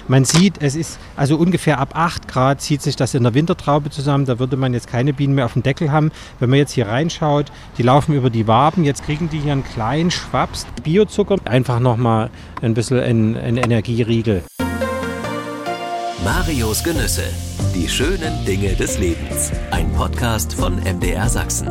Man sieht, es ist also ungefähr ab 8 Grad zieht sich das in der Wintertraube zusammen. Da würde man jetzt keine Bienen mehr auf dem Deckel haben. Wenn man jetzt hier reinschaut, die laufen über die Waben. Jetzt kriegen die hier einen kleinen Schwaps Biozucker. Einfach nochmal ein bisschen ein Energieriegel. Marios Genüsse. Die schönen Dinge des Lebens. Ein Podcast von MDR Sachsen.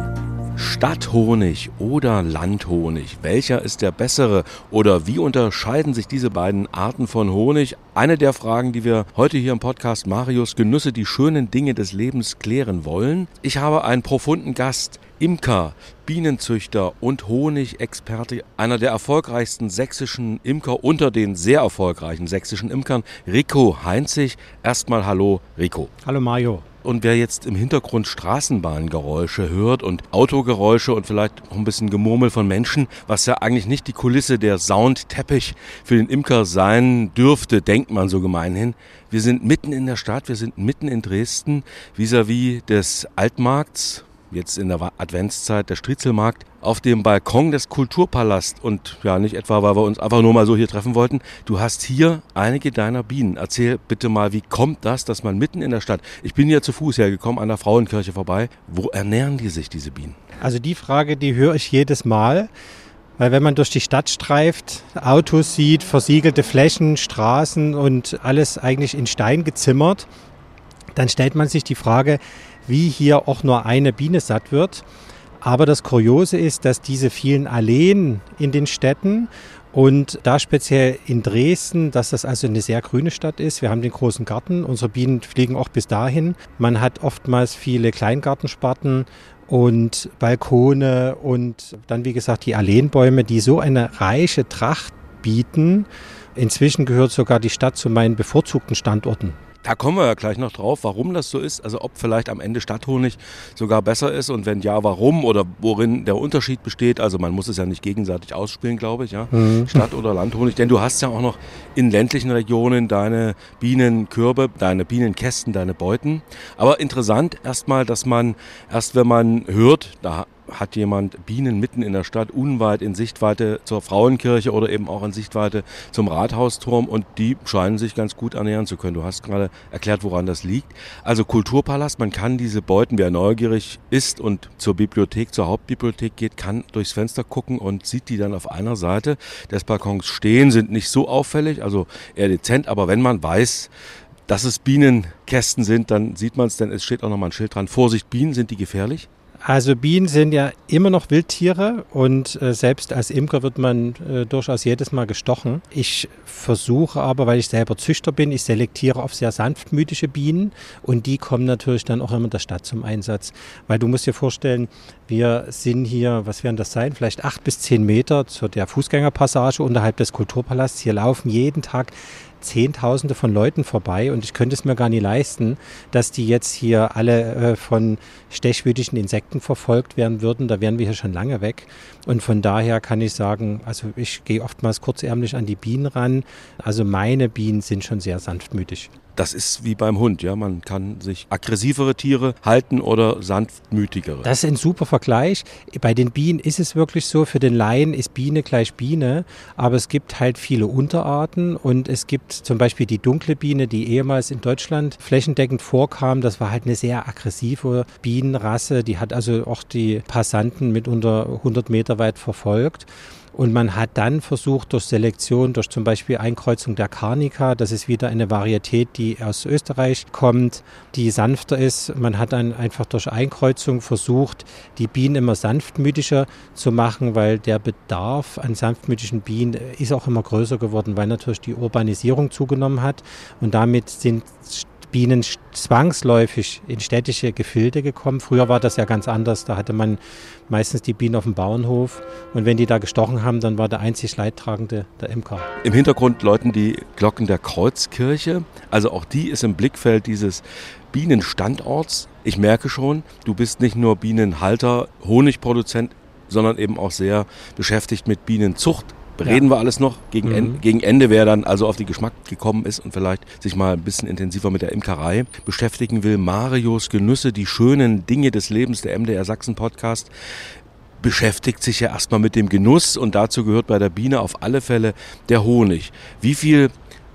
Stadthonig oder Landhonig? Welcher ist der bessere? Oder wie unterscheiden sich diese beiden Arten von Honig? Eine der Fragen, die wir heute hier im Podcast Marios Genüsse, die schönen Dinge des Lebens klären wollen. Ich habe einen profunden Gast, Imker, Bienenzüchter und Honigexperte, einer der erfolgreichsten sächsischen Imker unter den sehr erfolgreichen sächsischen Imkern, Rico Heinzig. Erstmal hallo Rico. Hallo Mario. Und wer jetzt im Hintergrund Straßenbahngeräusche hört und Autogeräusche und vielleicht noch ein bisschen Gemurmel von Menschen, was ja eigentlich nicht die Kulisse der Soundteppich für den Imker sein dürfte, denkt man so gemeinhin. Wir sind mitten in der Stadt, wir sind mitten in Dresden, vis-à-vis des Altmarkts, jetzt in der Adventszeit der Striezelmarkt, auf dem Balkon des Kulturpalasts und ja, nicht etwa, weil wir uns einfach nur mal so hier treffen wollten. Du hast hier einige deiner Bienen. Erzähl bitte mal, wie kommt das, dass man mitten in der Stadt, ich bin hier zu Fuß hergekommen, an der Frauenkirche vorbei, wo ernähren die sich, diese Bienen? Also die Frage, die höre ich jedes Mal, weil wenn man durch die Stadt streift, Autos sieht, versiegelte Flächen, Straßen und alles eigentlich in Stein gezimmert, dann stellt man sich die Frage, wie hier auch nur eine Biene satt wird. Aber das Kuriose ist, dass diese vielen Alleen in den Städten und da speziell in Dresden, dass das also eine sehr grüne Stadt ist. Wir haben den großen Garten, unsere Bienen fliegen auch bis dahin. Man hat oftmals viele Kleingartensparten und Balkone und dann wie gesagt die Alleenbäume, die so eine reiche Tracht bieten. Inzwischen gehört sogar die Stadt zu meinen bevorzugten Standorten. Da kommen wir ja gleich noch drauf, warum das so ist, also ob vielleicht am Ende Stadthonig sogar besser ist und wenn ja, warum oder worin der Unterschied besteht. Also man muss es ja nicht gegenseitig ausspielen, glaube ich, ja, Stadt- oder Landhonig, denn du hast ja auch noch in ländlichen Regionen deine Bienenkörbe, deine Bienenkästen, deine Beuten. Aber interessant erstmal, dass man erst, wenn man hört, da hat jemand Bienen mitten in der Stadt, unweit in Sichtweite zur Frauenkirche oder eben auch in Sichtweite zum Rathausturm und die scheinen sich ganz gut ernähren zu können. Du hast gerade erklärt, woran das liegt. Also Kulturpalast, man kann diese Beuten, wer neugierig ist und zur Bibliothek, zur Hauptbibliothek geht, kann durchs Fenster gucken und sieht die dann auf einer Seite des Balkons stehen, sind nicht so auffällig, also eher dezent, aber wenn man weiß, dass es Bienenkästen sind, dann sieht man es, denn es steht auch nochmal ein Schild dran. Vorsicht, Bienen, sind die gefährlich? Also Bienen sind ja immer noch Wildtiere und selbst als Imker wird man durchaus jedes Mal gestochen. Ich versuche aber, weil ich selber Züchter bin, ich selektiere auf sehr sanftmütige Bienen und die kommen natürlich dann auch immer in der Stadt zum Einsatz. Weil du musst dir vorstellen, wir sind hier, was werden das sein, vielleicht 8 bis 10 Meter zu der Fußgängerpassage unterhalb des Kulturpalasts. Hier laufen jeden Tag Zehntausende von Leuten vorbei und ich könnte es mir gar nicht leisten, dass die jetzt hier alle von stechwütigen Insekten verfolgt werden würden. Da wären wir hier schon lange weg. Und von daher kann ich sagen, also ich gehe oftmals kurzärmlich an die Bienen ran. Also meine Bienen sind schon sehr sanftmütig. Das ist wie beim Hund, ja. Man kann sich aggressivere Tiere halten oder sanftmütigere. Das ist ein super Vergleich. Bei den Bienen ist es wirklich so, für den Laien ist Biene gleich Biene, aber es gibt halt viele Unterarten und es gibt zum Beispiel die dunkle Biene, die ehemals in Deutschland flächendeckend vorkam. Das war halt eine sehr aggressive Bienenrasse, die hat also auch die Passanten mitunter 100 Meter weit verfolgt. Und man hat dann versucht, durch Selektion, durch zum Beispiel Einkreuzung der Carnica, das ist wieder eine Varietät, die aus Österreich kommt, die sanfter ist. Man hat dann einfach durch Einkreuzung versucht, die Bienen immer sanftmütiger zu machen, weil der Bedarf an sanftmütigen Bienen ist auch immer größer geworden, weil natürlich die Urbanisierung zugenommen hat. Und damit sind Bienen zwangsläufig in städtische Gefilde gekommen. Früher war das ja ganz anders. Da hatte man meistens die Bienen auf dem Bauernhof. Und wenn die da gestochen haben, dann war der einzig Leidtragende der Imker. Im Hintergrund läuten die Glocken der Kreuzkirche. Also auch die ist im Blickfeld dieses Bienenstandorts. Ich merke schon, du bist nicht nur Bienenhalter, Honigproduzent, sondern eben auch sehr beschäftigt mit Bienenzucht. Reden wir alles noch gegen Ende, wer dann also auf den Geschmack gekommen ist und vielleicht sich mal ein bisschen intensiver mit der Imkerei beschäftigen will. Marios Genüsse, die schönen Dinge des Lebens, der MDR Sachsen Podcast, beschäftigt sich ja erstmal mit dem Genuss und dazu gehört bei der Biene auf alle Fälle der Honig. Wie viel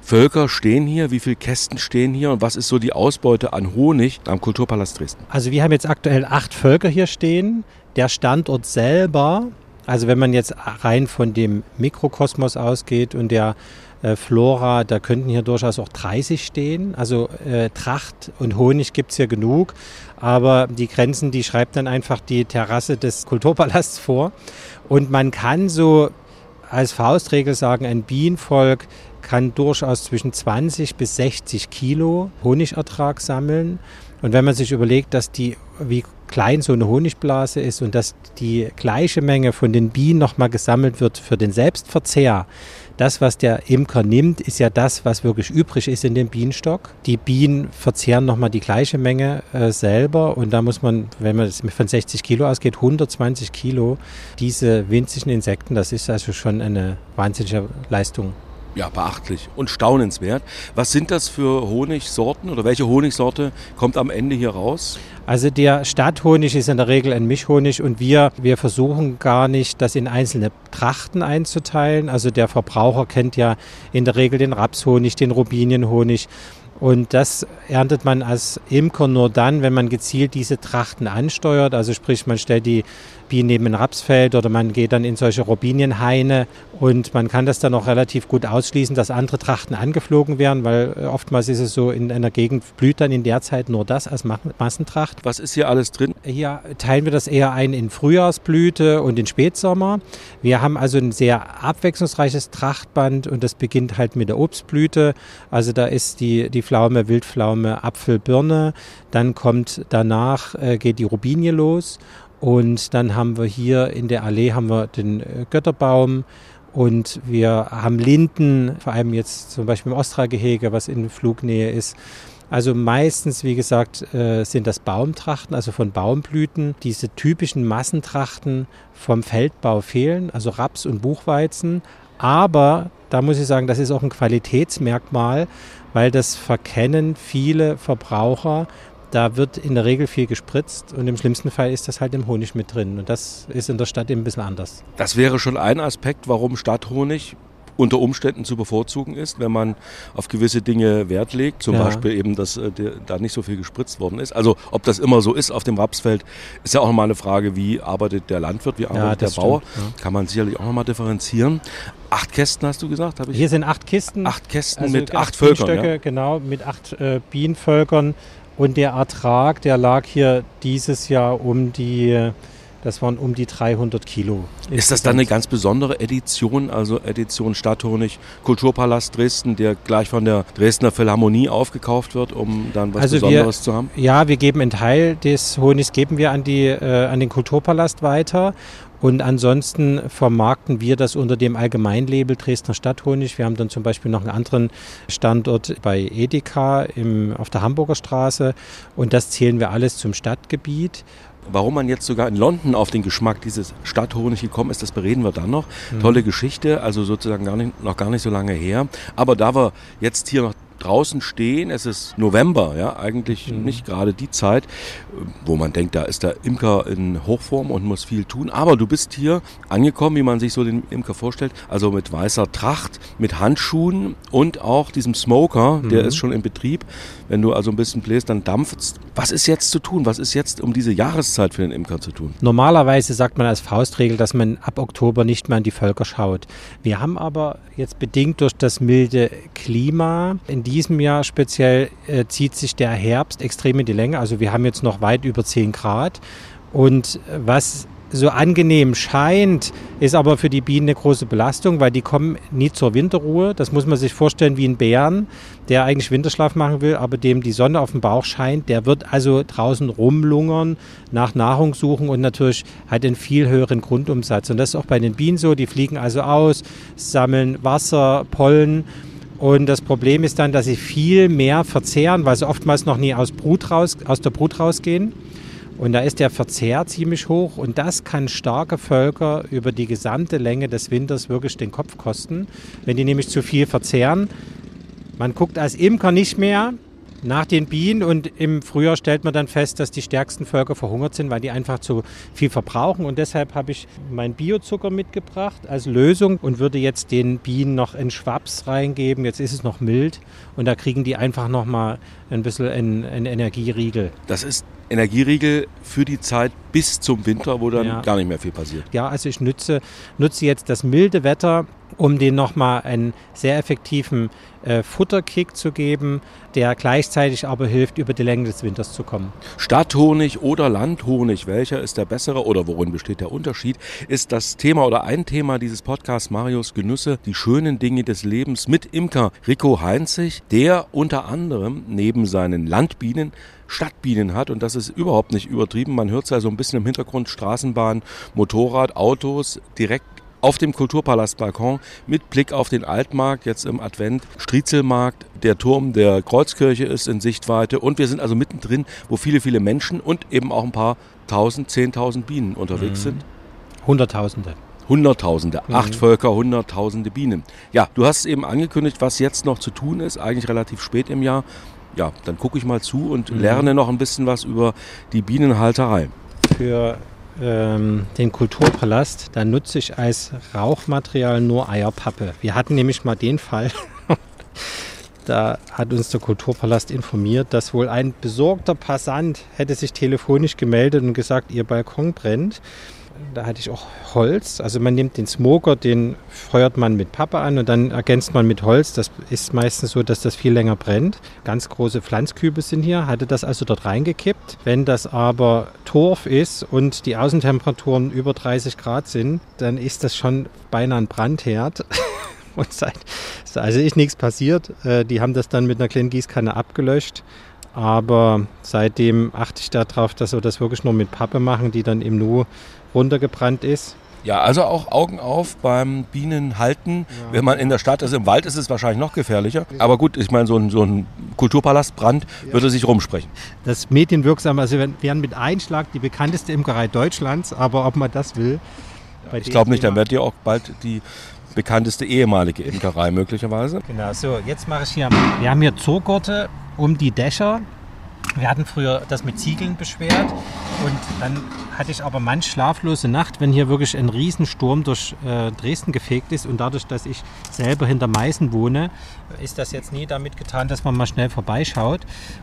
Völker stehen hier? Wie viele Kästen stehen hier? Und was ist so die Ausbeute an Honig am Kulturpalast Dresden? Also wir haben jetzt aktuell 8 Völker hier stehen. Der Standort selber, also wenn man jetzt rein von dem Mikrokosmos ausgeht und der Flora, da könnten hier durchaus auch 30 stehen. Also Tracht und Honig gibt es hier genug. Aber die Grenzen, die schreibt dann einfach die Terrasse des Kulturpalasts vor. Und man kann so als Faustregel sagen, ein Bienenvolk kann durchaus zwischen 20 bis 60 Kilo Honigertrag sammeln. Und wenn man sich überlegt, wie klein so eine Honigblase ist und dass die gleiche Menge von den Bienen nochmal gesammelt wird für den Selbstverzehr, das, was der Imker nimmt, ist ja das, was wirklich übrig ist in dem Bienenstock. Die Bienen verzehren nochmal die gleiche Menge selber und da muss man, wenn man von 60 Kilo ausgeht, 120 Kilo, diese winzigen Insekten, das ist also schon eine wahnsinnige Leistung. Ja, beachtlich und staunenswert. Was sind das für Honigsorten oder welche Honigsorte kommt am Ende hier raus? Also der Stadthonig ist in der Regel ein Mischhonig und wir versuchen gar nicht, das in einzelne Trachten einzuteilen. Also der Verbraucher kennt ja in der Regel den Rapshonig, den Rubinienhonig. Und das erntet man als Imker nur dann, wenn man gezielt diese Trachten ansteuert. Also sprich, man stellt die Bienen neben ein Rapsfeld oder man geht dann in solche Robinienhaine und man kann das dann auch relativ gut ausschließen, dass andere Trachten angeflogen werden, weil oftmals ist es so, in einer Gegend blüht dann in der Zeit nur das als Massentracht. Was ist hier alles drin? Hier teilen wir das eher ein in Frühjahrsblüte und in Spätsommer. Wir haben also ein sehr abwechslungsreiches Trachtband und das beginnt halt mit der Obstblüte. Also da ist die Pflaume, Wildpflaume, Apfel, Birne. Dann kommt danach, geht die Robinie los. Und dann haben wir hier in der Allee den Götterbaum und wir haben Linden, vor allem jetzt zum Beispiel im Ostra-Gehege, was in Flugnähe ist. Also meistens, wie gesagt, sind das Baumtrachten, also von Baumblüten. Diese typischen Massentrachten vom Feldbau fehlen, also Raps und Buchweizen. Aber da muss ich sagen, das ist auch ein Qualitätsmerkmal, weil das verkennen viele Verbraucher. Da wird in der Regel viel gespritzt und im schlimmsten Fall ist das halt im Honig mit drin. Und das ist in der Stadt eben ein bisschen anders. Das wäre schon ein Aspekt, warum Stadthonig unter Umständen zu bevorzugen ist, wenn man auf gewisse Dinge Wert legt. Zum Beispiel eben, dass da nicht so viel gespritzt worden ist. Also ob das immer so ist auf dem Rapsfeld, ist ja auch nochmal eine Frage, wie arbeitet der Landwirt, wie arbeitet der Bauer. Stimmt, ja. Kann man sicherlich auch nochmal differenzieren. 8 Kästen hast du gesagt? Hier sind 8 Kisten. 8 Kästen also mit 8 Völkern. Ja? Genau, mit 8 Bienenvölkern. Und der Ertrag, der lag hier dieses Jahr das waren um die 300 Kilo. Ist das dann eine ganz besondere Edition, also Edition Stadthonig, Kulturpalast Dresden, der gleich von der Dresdner Philharmonie aufgekauft wird, um dann was Besonderes zu haben? Ja, wir geben einen Teil des Honigs an den Kulturpalast weiter. Und ansonsten vermarkten wir das unter dem Allgemeinlabel Dresdner Stadthonig. Wir haben dann zum Beispiel noch einen anderen Standort bei Edeka auf der Hamburger Straße und das zählen wir alles zum Stadtgebiet. Warum man jetzt sogar in London auf den Geschmack dieses Stadthonig gekommen ist, das bereden wir dann noch. Tolle Geschichte, also sozusagen noch gar nicht so lange her. Aber da wir jetzt hier noch draußen stehen, es ist November, ja, eigentlich nicht gerade die Zeit, wo man denkt, da ist der Imker in Hochform und muss viel tun. Aber du bist hier angekommen, wie man sich so den Imker vorstellt, also mit weißer Tracht, mit Handschuhen und auch diesem Smoker, der ist schon in Betrieb. Wenn du also ein bisschen bläst, dann dampft's. Was ist jetzt zu tun? Was ist jetzt um diese Jahreszeit für den Imker zu tun? Normalerweise sagt man als Faustregel, dass man ab Oktober nicht mehr an die Völker schaut. Wir haben aber jetzt bedingt durch das milde Klima in diesem Jahr speziell zieht sich der Herbst extrem in die Länge. Also wir haben jetzt noch weit über 10 Grad und was so angenehm scheint, ist aber für die Bienen eine große Belastung, weil die kommen nie zur Winterruhe. Das muss man sich vorstellen wie ein Bären, der eigentlich Winterschlaf machen will, aber dem die Sonne auf den Bauch scheint. Der wird also draußen rumlungern, nach Nahrung suchen und natürlich hat einen viel höheren Grundumsatz. Und das ist auch bei den Bienen so. Die fliegen also aus, sammeln Wasser, Pollen. Und das Problem ist dann, dass sie viel mehr verzehren, weil sie oftmals noch nie aus der Brut rausgehen. Und da ist der Verzehr ziemlich hoch und das kann starke Völker über die gesamte Länge des Winters wirklich den Kopf kosten, wenn die nämlich zu viel verzehren. Man guckt als Imker nicht mehr, nach den Bienen und im Frühjahr stellt man dann fest, dass die stärksten Völker verhungert sind, weil die einfach zu viel verbrauchen und deshalb habe ich meinen Biozucker mitgebracht als Lösung und würde jetzt den Bienen noch einen Schwaps reingeben. Jetzt ist es noch mild und da kriegen die einfach nochmal ein bisschen einen Energieriegel. Das ist Energieriegel für die Zeit bis zum Winter, wo dann gar nicht mehr viel passiert. Ja, also ich nutze jetzt das milde Wetter, um denen nochmal einen sehr effektiven Futterkick zu geben, der gleichzeitig aber hilft, über die Länge des Winters zu kommen. Stadthonig oder Landhonig, welcher ist der bessere oder worin besteht der Unterschied, ist das Thema oder ein Thema dieses Podcasts Marius Genüsse, die schönen Dinge des Lebens mit Imker Rico Heinzig, der unter anderem neben seinen Landbienen Stadtbienen hat und das ist überhaupt nicht übertrieben. Man hört es ja so ein bisschen im Hintergrund, Straßenbahn, Motorrad, Autos, direkt auf dem Kulturpalast-Balkon mit Blick auf den Altmarkt, jetzt im Advent, Striezelmarkt, der Turm der Kreuzkirche ist in Sichtweite und wir sind also mittendrin, wo viele, viele Menschen und eben auch ein paar 10.000 Bienen unterwegs sind. Hunderttausende. 8 Völker, 100.000 Bienen. Ja, du hast eben angekündigt, was jetzt noch zu tun ist, eigentlich relativ spät im Jahr. Ja, dann gucke ich mal zu und lerne noch ein bisschen was über die Bienenhalterei. Für den Kulturpalast, da nutze ich als Rauchmaterial nur Eierpappe. Wir hatten nämlich mal den Fall, da hat uns der Kulturpalast informiert, dass wohl ein besorgter Passant hätte sich telefonisch gemeldet und gesagt, ihr Balkon brennt. Da hatte ich auch Holz, also man nimmt den Smoker, den feuert man mit Pappe an und dann ergänzt man mit Holz. Das ist meistens so, dass das viel länger brennt. Ganz große Pflanzkübel sind hier, hatte das also dort reingekippt. Wenn das aber Torf ist und die Außentemperaturen über 30 Grad sind, dann ist das schon beinahe ein Brandherd. Und also ist nichts passiert. Die haben das dann mit einer kleinen Gießkanne abgelöscht. Aber seitdem achte ich darauf, dass wir das wirklich nur mit Pappe machen, die dann im Nu runtergebrannt ist. Ja, also auch Augen auf beim Bienenhalten. Ja. Wenn man in der Stadt ist, im Wald ist es wahrscheinlich noch gefährlicher. Aber gut, ich meine, so ein Kulturpalastbrand würde sich rumsprechen. Das medienwirksam, also wir wären mit Einschlag die bekannteste Imkerei Deutschlands, aber ob man das will... Ich glaube nicht, dann werdet ihr auch bald die bekannteste ehemalige Imkerei möglicherweise. Genau, so jetzt mache ich hier, wir haben hier Zugurte um die Dächer. Wir hatten früher das mit Ziegeln beschwert und dann hatte ich aber manch schlaflose Nacht, wenn hier wirklich ein Riesensturm durch Dresden gefegt ist und dadurch, dass ich selber hinter Meißen wohne, ist das jetzt nie damit getan, dass man mal schnell vorbeischaut.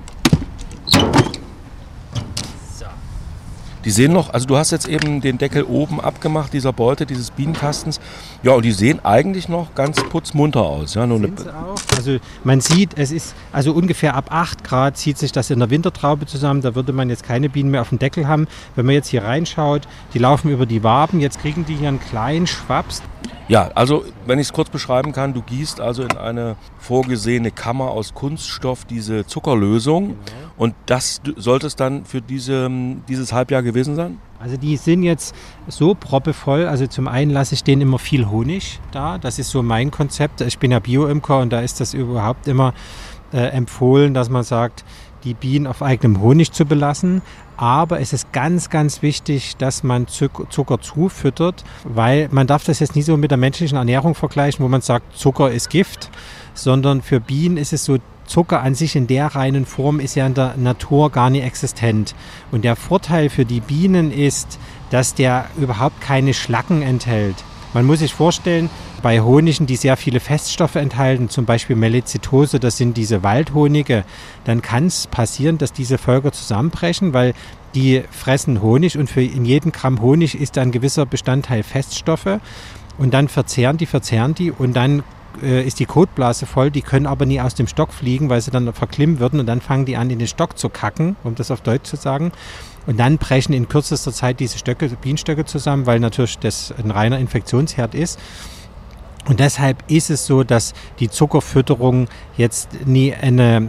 Die sehen noch, also du hast jetzt eben den Deckel oben abgemacht, dieser Beute, dieses Bienenkastens. Ja, und die sehen eigentlich noch ganz putzmunter aus. Ja, nur also man sieht, es ist also ungefähr ab 8 Grad zieht sich das in der Wintertraube zusammen. Da würde man jetzt keine Bienen mehr auf dem Deckel haben. Wenn man jetzt hier reinschaut, die laufen über die Waben. Jetzt kriegen die hier einen kleinen Schwaps. Ja, also wenn ich es kurz beschreiben kann, du gießt also in eine vorgesehene Kammer aus Kunststoff diese Zuckerlösung. Genau. Und das sollte es dann für dieses Halbjahr gewesen sein? Also die sind jetzt so proppevoll. Also zum einen lasse ich denen immer viel Honig da. Das ist so mein Konzept. Ich bin ja Bio-Imker und da ist das überhaupt immer empfohlen, dass man sagt, die Bienen auf eigenem Honig zu belassen. Aber es ist ganz, ganz wichtig, dass man Zucker zufüttert, weil man darf das jetzt nie so mit der menschlichen Ernährung vergleichen, wo man sagt, Zucker ist Gift, sondern für Bienen ist es so, Zucker an sich in der reinen Form ist ja in der Natur gar nicht existent. Und der Vorteil für die Bienen ist, dass der überhaupt keine Schlacken enthält. Man muss sich vorstellen, bei Honigen, die sehr viele Feststoffe enthalten, zum Beispiel Melizitose, das sind diese Waldhonige, dann kann es passieren, dass diese Völker zusammenbrechen, weil die fressen Honig und in jedem Gramm Honig ist ein gewisser Bestandteil Feststoffe und dann verzehren die und dann ist die Kotblase voll, die können aber nie aus dem Stock fliegen, weil sie dann verklimmen würden und dann fangen die an, in den Stock zu kacken, um das auf Deutsch zu sagen. Und dann brechen in kürzester Zeit diese Bienenstöcke zusammen, weil natürlich das ein reiner Infektionsherd ist. Und deshalb ist es so, dass die Zuckerfütterung jetzt nie ein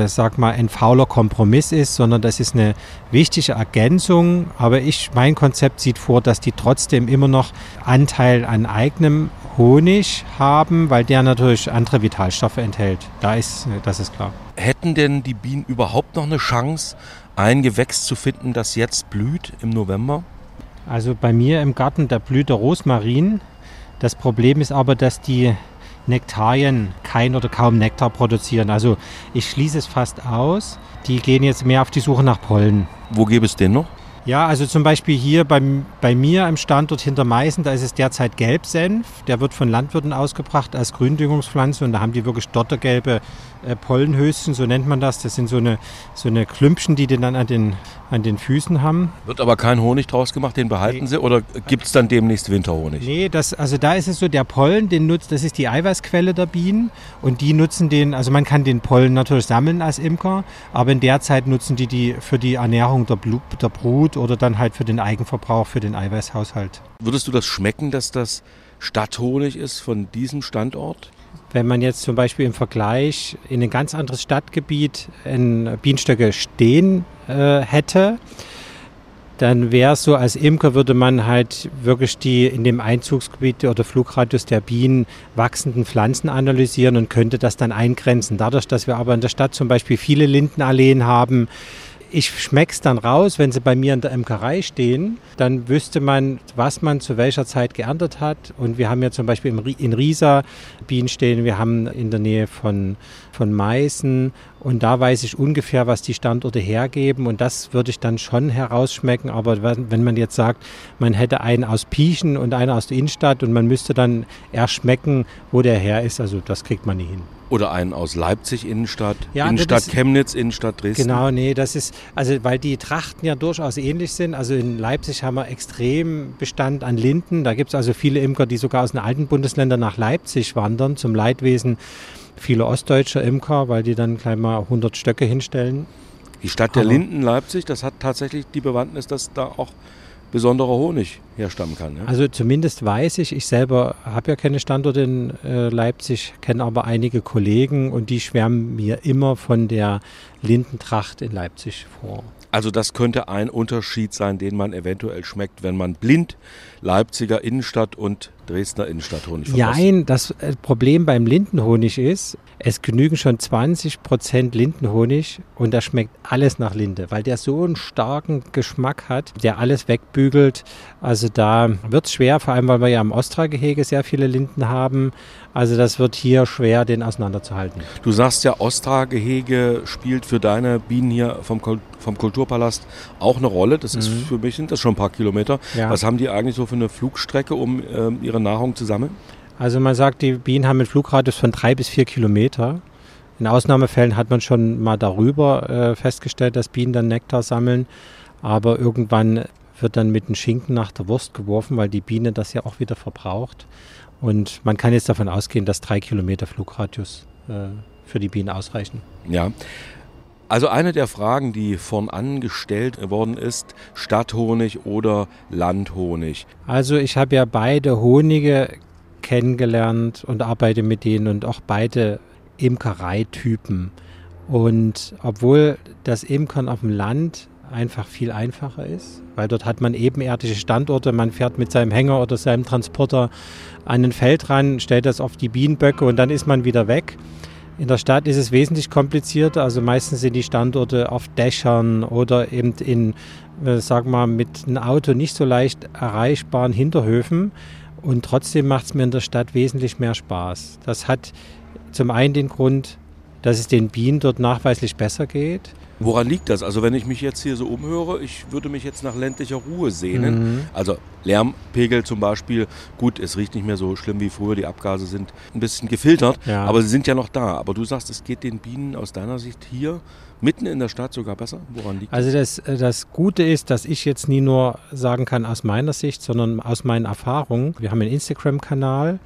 fauler Kompromiss ist, sondern das ist eine wichtige Ergänzung. Aber mein Konzept sieht vor, dass die trotzdem immer noch Anteil an eigenem Honig haben, weil der natürlich andere Vitalstoffe enthält. Das ist klar. Hätten denn die Bienen überhaupt noch eine Chance, ein Gewächs zu finden, das jetzt blüht im November? Also bei mir im Garten, da blüht der Rosmarin. Das Problem ist aber, dass die Nektarien kein oder kaum Nektar produzieren. Also ich schließe es fast aus. Die gehen jetzt mehr auf die Suche nach Pollen. Wo gäbe es den noch? Ja, also zum Beispiel hier bei mir im Standort hinter Meißen, da ist es derzeit Gelbsenf. Der wird von Landwirten ausgebracht als Gründüngungspflanze und da haben die wirklich dottergelbe Pollenhöschen, so nennt man das. Das sind so eine Klümpchen, die dann an den Füßen haben. Wird aber kein Honig draus gemacht, den behalten Sie oder gibt es dann demnächst Winterhonig? Nee, also da ist es so, der Pollen, das ist die Eiweißquelle der Bienen und die nutzen den, also man kann den Pollen natürlich sammeln als Imker, aber in der Zeit nutzen die für die Ernährung der Brut oder dann halt für den Eigenverbrauch, für den Eiweißhaushalt. Würdest du das schmecken, dass das Stadthonig ist von diesem Standort? Wenn man jetzt zum Beispiel im Vergleich in ein ganz anderes Stadtgebiet Bienenstöcke stehen hätte, dann wäre es so, als Imker würde man halt wirklich die in dem Einzugsgebiet oder Flugradius der Bienen wachsenden Pflanzen analysieren und könnte das dann eingrenzen. Dadurch, dass wir aber in der Stadt zum Beispiel viele Lindenalleen haben, ich schmecke es dann raus, wenn sie bei mir in der Imkerei stehen, dann wüsste man, was man zu welcher Zeit geerntet hat. Und wir haben ja zum Beispiel in Riesa Bienen stehen, wir haben in der Nähe von Meißen und da weiß ich ungefähr, was die Standorte hergeben und das würde ich dann schon herausschmecken. Aber wenn man jetzt sagt, man hätte einen aus Pieschen und einen aus der Innenstadt und man müsste dann erst schmecken, wo der her ist, also das kriegt man nie hin. Oder einen aus Leipzig, Innenstadt, ja, Innenstadt Chemnitz, Innenstadt Dresden. Genau, nee, das ist, also weil die Trachten ja durchaus ähnlich sind. Also in Leipzig haben wir extrem Bestand an Linden. Da gibt es also viele Imker, die sogar aus den alten Bundesländern nach Leipzig wandern, zum Leidwesen vieler ostdeutscher Imker, weil die dann gleich mal 100 Stöcke hinstellen. Die Stadt der Linden, Leipzig, das hat tatsächlich die Bewandtnis, dass da auch besonderer Honig herstammen kann. Ja? Also zumindest weiß ich selber habe ja keine Standorte in Leipzig, kenne aber einige Kollegen und die schwärmen mir immer von der Lindentracht in Leipzig vor. Also das könnte ein Unterschied sein, den man eventuell schmeckt, wenn man blind Leipziger Innenstadt und Dresdner Innenstadthonig verkostet. Nein, das Problem beim Lindenhonig ist, es genügen schon 20% Lindenhonig und da schmeckt alles nach Linde, weil der so einen starken Geschmack hat, der alles wegbügelt. Also da wird es schwer, vor allem weil wir ja im Ostra-Gehege sehr viele Linden haben. Also das wird hier schwer, den auseinanderzuhalten. Du sagst ja, Ostra-Gehege spielt für deine Bienen hier vom Kulturpalast auch eine Rolle. Das ist für mich, sind das schon ein paar Kilometer. Ja. Was haben die eigentlich so für eine Flugstrecke, um ihre Nahrung zu sammeln? Also man sagt, die Bienen haben einen Flugradius von 3 bis 4 Kilometer. In Ausnahmefällen hat man schon mal darüber festgestellt, dass Bienen dann Nektar sammeln. Aber irgendwann wird dann mit dem Schinken nach der Wurst geworfen, weil die Biene das ja auch wieder verbraucht. Und man kann jetzt davon ausgehen, dass 3 Kilometer Flugradius für die Bienen ausreichen. Ja. Also eine der Fragen, die vorn gestellt worden ist, Stadthonig oder Landhonig? Also ich habe ja beide Honige kennengelernt und arbeite mit denen und auch beide Imkereitypen. Und obwohl das Imkern auf dem Land einfach viel einfacher ist, weil dort hat man ebenerdige Standorte, man fährt mit seinem Hänger oder seinem Transporter an ein Feld ran, stellt das auf die Bienenböcke und dann ist man wieder weg. In der Stadt ist es wesentlich komplizierter, also meistens sind die Standorte auf Dächern oder eben in, sagen wir mal, mit einem Auto nicht so leicht erreichbaren Hinterhöfen und trotzdem macht es mir in der Stadt wesentlich mehr Spaß. Das hat zum einen den Grund, dass es den Bienen dort nachweislich besser geht. Woran liegt das? Also wenn ich mich jetzt hier so umhöre, ich würde mich jetzt nach ländlicher Ruhe sehnen. Also Lärmpegel zum Beispiel, gut, es riecht nicht mehr so schlimm wie früher, die Abgase sind ein bisschen gefiltert, ja. Aber sie sind ja noch da. Aber du sagst, es geht den Bienen aus deiner Sicht hier mitten in der Stadt sogar besser? Woran liegt das? Also das Gute ist, dass ich jetzt nie nur sagen kann aus meiner Sicht, sondern aus meinen Erfahrungen. Wir haben einen Instagram-Kanal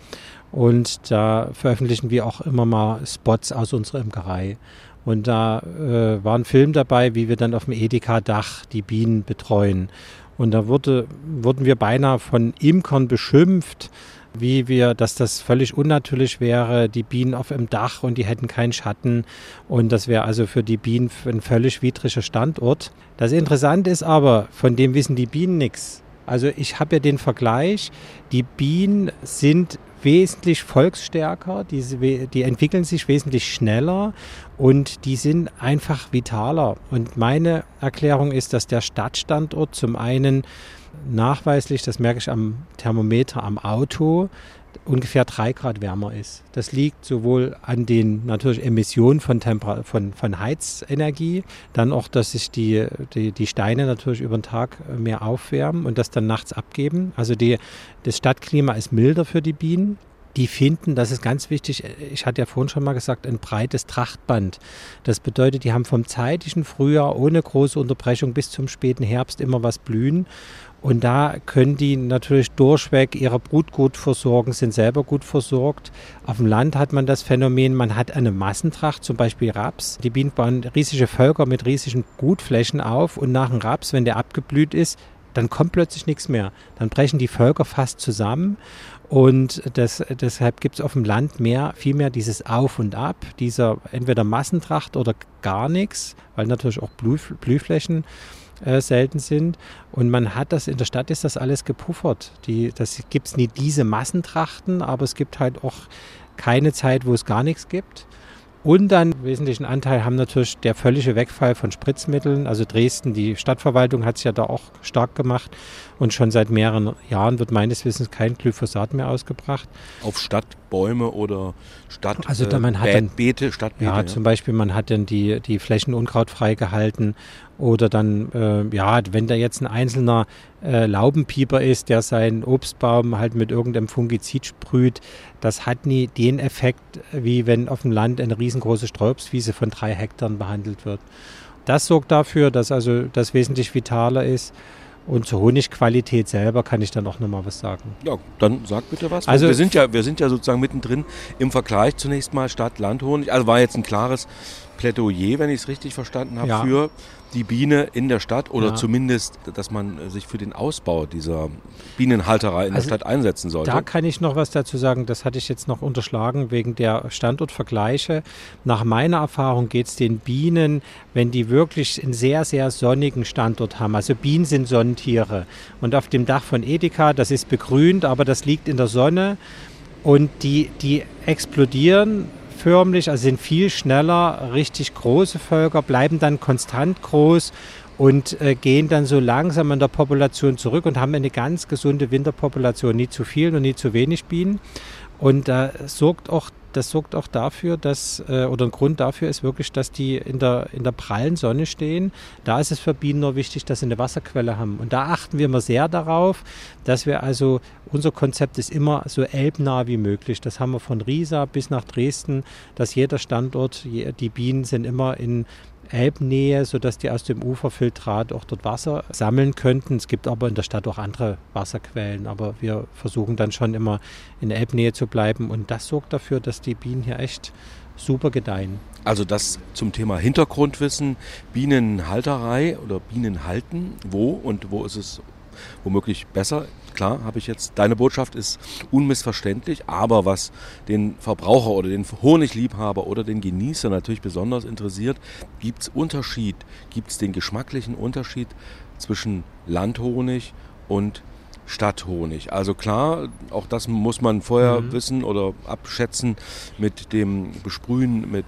und da veröffentlichen wir auch immer mal Spots aus unserer Imkerei. Und da war ein Film dabei, wie wir dann auf dem Edeka-Dach die Bienen betreuen. Und da wurden wir beinahe von Imkern beschimpft, dass das völlig unnatürlich wäre, die Bienen auf dem Dach und die hätten keinen Schatten. Und das wäre also für die Bienen ein völlig widriger Standort. Das Interessante ist aber, von dem wissen die Bienen nichts. Also ich habe ja den Vergleich, die Bienen sind wesentlich volksstärker, die entwickeln sich wesentlich schneller und die sind einfach vitaler. Und meine Erklärung ist, dass der Stadtstandort zum einen nachweislich, das merke ich am Thermometer am Auto, ungefähr 3 Grad wärmer ist. Das liegt sowohl an den natürlich Emissionen von Heizenergie, dann auch, dass sich die Steine natürlich über den Tag mehr aufwärmen und das dann nachts abgeben. Also das Stadtklima ist milder für die Bienen. Die finden, das ist ganz wichtig, ich hatte ja vorhin schon mal gesagt, ein breites Trachtband. Das bedeutet, die haben vom zeitigen Frühjahr ohne große Unterbrechung bis zum späten Herbst immer was blühen. Und da können die natürlich durchweg ihre Brut gut versorgen, sind selber gut versorgt. Auf dem Land hat man das Phänomen, man hat eine Massentracht, zum Beispiel Raps. Die Bienen bauen riesige Völker mit riesigen Brutflächen auf und nach dem Raps, wenn der abgeblüht ist, dann kommt plötzlich nichts mehr. Dann brechen die Völker fast zusammen. Und deshalb gibt es auf dem Land viel mehr dieses Auf und Ab, dieser entweder Massentracht oder gar nichts, weil natürlich auch Blühflächen selten sind. Und man hat das, in der Stadt ist das alles gepuffert. Das gibt es nie diese Massentrachten, aber es gibt halt auch keine Zeit, wo es gar nichts gibt. Und dann wesentlichen Anteil haben natürlich der völlige Wegfall von Spritzmitteln. Also Dresden, die Stadtverwaltung hat es ja da auch stark gemacht. Und schon seit mehreren Jahren wird meines Wissens kein Glyphosat mehr ausgebracht. Auf Stadtbäume oder Stadtbeete? Also Stadtbeete. Ja, zum Beispiel man hat dann die Flächen unkrautfrei gehalten. Oder dann, wenn da jetzt ein einzelner Laubenpieper ist, der seinen Obstbaum halt mit irgendeinem Fungizid sprüht, das hat nie den Effekt, wie wenn auf dem Land eine riesengroße Streuobstwiese von 3 Hektar behandelt wird. Das sorgt dafür, dass also das wesentlich vitaler ist. Und zur Honigqualität selber kann ich dann auch nochmal was sagen. Ja, dann sag bitte was. Also wir sind ja sozusagen mittendrin im Vergleich zunächst mal Stadt-Land-Honig. Also war jetzt ein klares Plädoyer, wenn ich es richtig verstanden habe, für die Biene in der Stadt oder zumindest, dass man sich für den Ausbau dieser Bienenhalterei in der Stadt einsetzen sollte. Da kann ich noch was dazu sagen, das hatte ich jetzt noch unterschlagen wegen der Standortvergleiche. Nach meiner Erfahrung geht es den Bienen, wenn die wirklich einen sehr, sehr sonnigen Standort haben. Also Bienen sind Sonnentiere und auf dem Dach von Edeka, das ist begrünt, aber das liegt in der Sonne und die explodieren förmlich, also sind viel schneller, richtig große Völker, bleiben dann konstant groß und gehen dann so langsam in der Population zurück und haben eine ganz gesunde Winterpopulation, nie zu viel und nie zu wenig Bienen. Und das sorgt auch dafür, oder ein Grund dafür ist wirklich, dass die in der prallen Sonne stehen. Da ist es für Bienen nur wichtig, dass sie eine Wasserquelle haben. Und da achten wir immer sehr darauf, dass wir also, unser Konzept ist immer so elbnah wie möglich. Das haben wir von Riesa bis nach Dresden, dass jeder Standort, die Bienen sind immer in Elbnähe, sodass die aus dem Uferfiltrat auch dort Wasser sammeln könnten. Es gibt aber in der Stadt auch andere Wasserquellen, aber wir versuchen dann schon immer in der Elbnähe zu bleiben und das sorgt dafür, dass die Bienen hier echt super gedeihen. Also das zum Thema Hintergrundwissen, Bienenhalterei oder Bienenhalten, wo ist es womöglich besser? Klar, habe ich jetzt, deine Botschaft ist unmissverständlich, aber was den Verbraucher oder den Honigliebhaber oder den Genießer natürlich besonders interessiert, gibt es den geschmacklichen Unterschied zwischen Landhonig und Stadthonig? Also klar, auch das muss man vorher wissen oder abschätzen mit dem Besprühen mit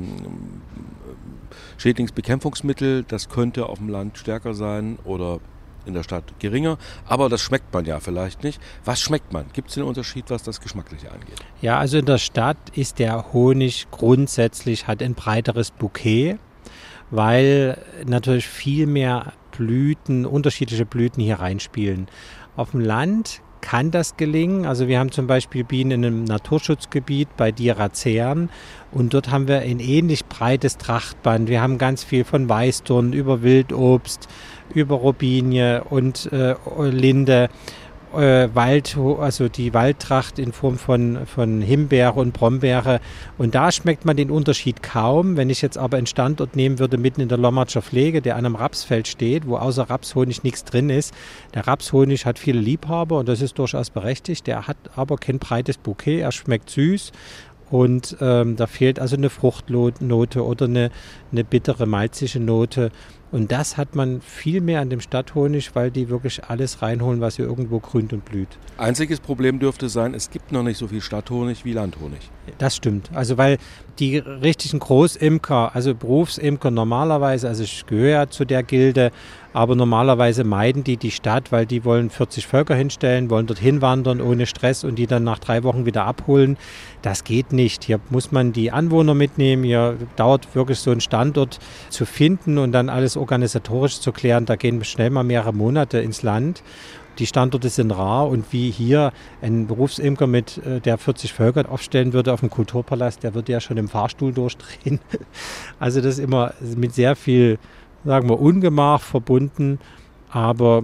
Schädlingsbekämpfungsmittel, das könnte auf dem Land stärker sein oder in der Stadt geringer, aber das schmeckt man ja vielleicht nicht. Was schmeckt man? Gibt es einen Unterschied, was das Geschmackliche angeht? Ja, also in der Stadt ist der Honig grundsätzlich, hat ein breiteres Bouquet, weil natürlich viel mehr Blüten, unterschiedliche Blüten hier reinspielen. Auf dem Land kann das gelingen. Also wir haben zum Beispiel Bienen in einem Naturschutzgebiet bei Dierazern und dort haben wir ein ähnlich breites Trachtband. Wir haben ganz viel von Weißdorn über Wildobst, über Robinie und Linde, also die Waldtracht in Form von Himbeere und Brombeere. Und da schmeckt man den Unterschied kaum. Wenn ich jetzt aber einen Standort nehmen würde, mitten in der Lommatscher Pflege, der an einem Rapsfeld steht, wo außer Rapshonig nichts drin ist. Der Rapshonig hat viele Liebhaber und das ist durchaus berechtigt. Der hat aber kein breites Bouquet, er schmeckt süß. Und da fehlt also eine Fruchtnote oder eine bittere, malzige Note. Und das hat man viel mehr an dem Stadthonig, weil die wirklich alles reinholen, was hier irgendwo grünt und blüht. Einziges Problem dürfte sein, es gibt noch nicht so viel Stadthonig wie Landhonig. Das stimmt. Also weil die richtigen Großimker, also Berufsimker normalerweise, also ich gehöre ja zu der Gilde, aber normalerweise meiden die Stadt, weil die wollen 40 Völker hinstellen, wollen dorthin wandern ohne Stress und die dann nach 3 Wochen wieder abholen. Das geht nicht. Hier muss man die Anwohner mitnehmen. Hier dauert wirklich so ein Standort zu finden und dann alles organisatorisch zu klären. Da gehen schnell mal mehrere Monate ins Land. Die Standorte sind rar und wie hier ein Berufsimker der 40 Völker aufstellen würde auf dem Kulturpalast, der würde ja schon im Fahrstuhl durchdrehen. Also das ist immer mit sehr viel, sagen wir, Ungemach verbunden, aber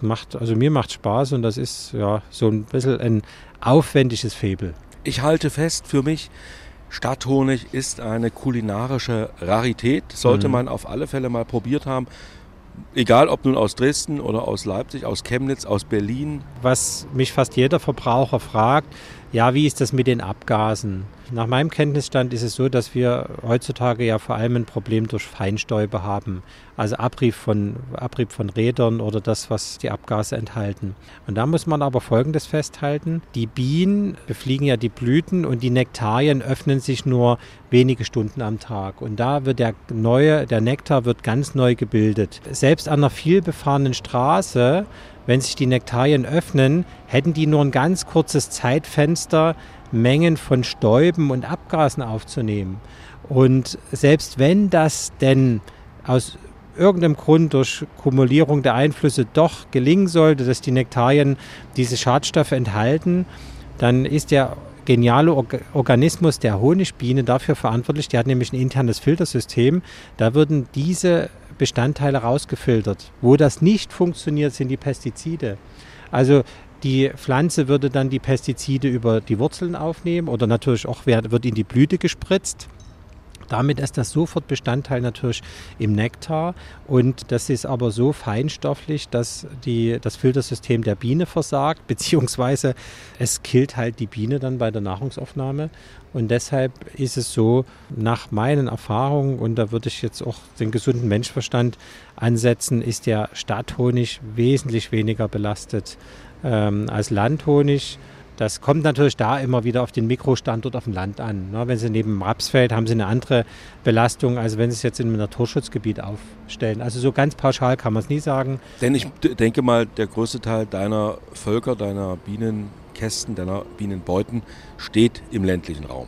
mir macht Spaß und das ist ja so ein bisschen ein aufwendiges Faible. Ich halte fest, für mich, Stadthonig ist eine kulinarische Rarität, sollte man auf alle Fälle mal probiert haben. Egal, ob nun aus Dresden oder aus Leipzig, aus Chemnitz, aus Berlin. Was mich fast jeder Verbraucher fragt, ja, wie ist das mit den Abgasen? Nach meinem Kenntnisstand ist es so, dass wir heutzutage ja vor allem ein Problem durch Feinstäube haben. Also Abrieb von Rädern oder das, was die Abgase enthalten. Und da muss man aber Folgendes festhalten. Die Bienen befliegen ja die Blüten und die Nektarien öffnen sich nur wenige Stunden am Tag. Und da wird der Nektar wird ganz neu gebildet. Selbst an einer vielbefahrenen Straße, wenn sich die Nektarien öffnen, hätten die nur ein ganz kurzes Zeitfenster, Mengen von Stäuben und Abgasen aufzunehmen. Und selbst wenn das denn aus irgendeinem Grund durch Kumulierung der Einflüsse doch gelingen sollte, dass die Nektarien diese Schadstoffe enthalten, dann ist der geniale Organismus der Honigbiene dafür verantwortlich. Die hat nämlich ein internes Filtersystem. Da würden diese Bestandteile rausgefiltert. Wo das nicht funktioniert, sind die Pestizide. Also die Pflanze würde dann die Pestizide über die Wurzeln aufnehmen oder natürlich auch wird in die Blüte gespritzt. Damit ist das sofort Bestandteil natürlich im Nektar und das ist aber so feinstofflich, dass das Filtersystem der Biene versagt, beziehungsweise es killt halt die Biene dann bei der Nahrungsaufnahme und deshalb ist es so, nach meinen Erfahrungen, und da würde ich jetzt auch den gesunden Menschenverstand ansetzen, ist der Stadthonig wesentlich weniger belastet als Landhonig. Das kommt natürlich da immer wieder auf den Mikrostandort auf dem Land an. Wenn Sie neben dem Rapsfeld haben Sie eine andere Belastung, als wenn Sie es jetzt in einem Naturschutzgebiet aufstellen. Also so ganz pauschal kann man es nie sagen. Denn ich denke mal, der größte Teil deiner Völker, deiner Bienenkästen, deiner Bienenbeuten steht im ländlichen Raum.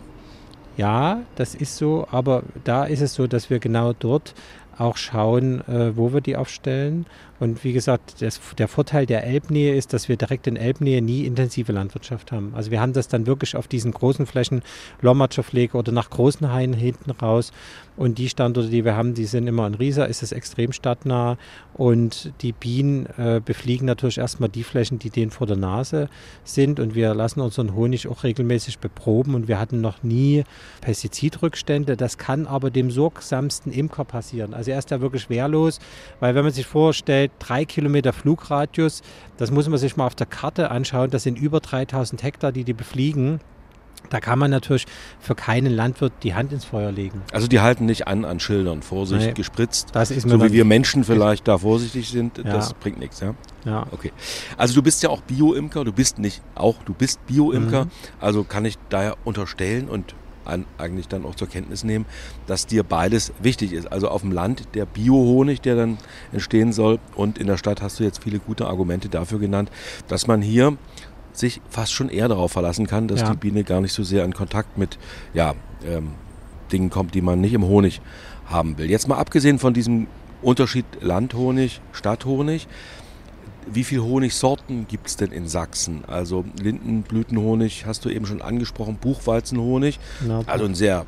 Ja, das ist so, aber da ist es so, dass wir genau dort auch schauen, wo wir die aufstellen. Und wie gesagt, der Vorteil der Elbnähe ist, dass wir direkt in Elbnähe nie intensive Landwirtschaft haben. Also wir haben das dann wirklich auf diesen großen Flächen, Lommatscher Pflege oder nach großen Hainen hinten raus. Und die Standorte, die wir haben, die sind immer in Riesa, ist es extrem stadtnah. Und die Bienen befliegen natürlich erstmal die Flächen, die denen vor der Nase sind. Und wir lassen unseren Honig auch regelmäßig beproben. Und wir hatten noch nie Pestizidrückstände. Das kann aber dem sorgsamsten Imker passieren. Also er ist da wirklich wehrlos, weil wenn man sich vorstellt, 3 Kilometer Flugradius, das muss man sich mal auf der Karte anschauen, das sind über 3000 Hektar, die befliegen. Da kann man natürlich für keinen Landwirt die Hand ins Feuer legen. Also die halten nicht an Vorsicht, nee, gespritzt, das ist so wie wir Menschen vielleicht da vorsichtig sind, ja. Das bringt nichts, ja? Ja. Okay. Also du bist ja auch Bio-Imker, du bist Bio-Imker, also kann ich daher unterstellen und eigentlich dann auch zur Kenntnis nehmen, dass dir beides wichtig ist. Also auf dem Land der Bio-Honig, der dann entstehen soll, und in der Stadt hast du jetzt viele gute Argumente dafür genannt, dass man hier sich fast schon eher darauf verlassen kann, dass die Biene gar nicht so sehr in Kontakt mit Dingen kommt, die man nicht im Honig haben will. Jetzt mal abgesehen von diesem Unterschied Landhonig, Stadthonig, wie viele Honigsorten gibt es denn in Sachsen? Also Lindenblütenhonig hast du eben schon angesprochen, Buchweizenhonig, also ein sehr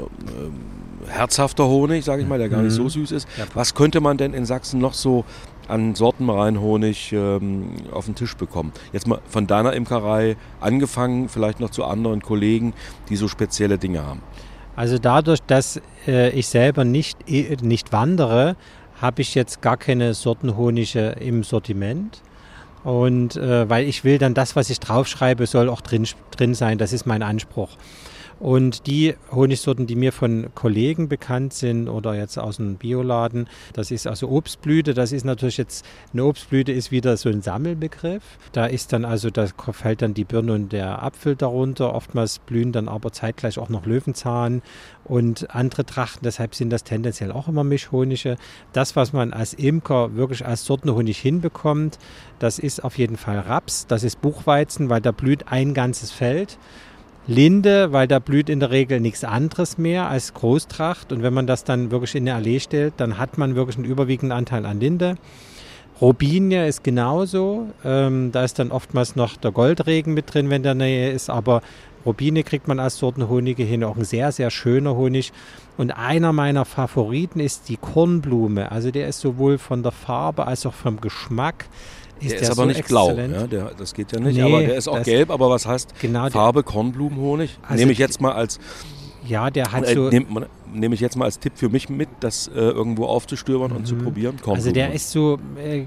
herzhafter Honig, sage ich mal, der gar nicht so süß ist. Ja. Was könnte man denn in Sachsen noch so an Sortenreihenhonig auf den Tisch bekommen? Jetzt mal von deiner Imkerei angefangen, vielleicht noch zu anderen Kollegen, die so spezielle Dinge haben. Also dadurch, dass ich selber nicht wandere, habe ich jetzt gar keine Sortenhonige im Sortiment. Und weil ich will dann das, was ich draufschreibe, soll auch drin sein. Das ist mein Anspruch. Und die Honigsorten, die mir von Kollegen bekannt sind oder jetzt aus dem Bioladen, das ist also Obstblüte. Das ist natürlich jetzt, eine Obstblüte ist wieder so ein Sammelbegriff. Da ist dann also, da fällt dann die Birne und der Apfel darunter. Oftmals blühen dann aber zeitgleich auch noch Löwenzahn und andere Trachten. Deshalb sind das tendenziell auch immer Mischhonige. Das, was man als Imker wirklich als Sortenhonig hinbekommt, das ist auf jeden Fall Raps, das ist Buchweizen, weil da blüht ein ganzes Feld. Linde, weil da blüht in der Regel nichts anderes mehr als Großtracht. Und wenn man das dann wirklich in eine Allee stellt, dann hat man wirklich einen überwiegenden Anteil an Linde. Robinie ist genauso. Da ist dann oftmals noch der Goldregen mit drin, wenn der Nähe ist. Aber Robinie kriegt man als Sortenhonige hin. Auch ein sehr, sehr schöner Honig. Und einer meiner Favoriten ist die Kornblume. Also der ist sowohl von der Farbe als auch vom Geschmack. Der ist aber so nicht exzellent. Blau, ja, das geht ja nicht, nee, aber der ist auch gelb, aber was heißt genau Farbe Kornblumenhonig? Also nehme ich jetzt mal als der hat so nehme ich jetzt mal als Tipp für mich mit, das irgendwo aufzustöbern und zu probieren. Also der ist so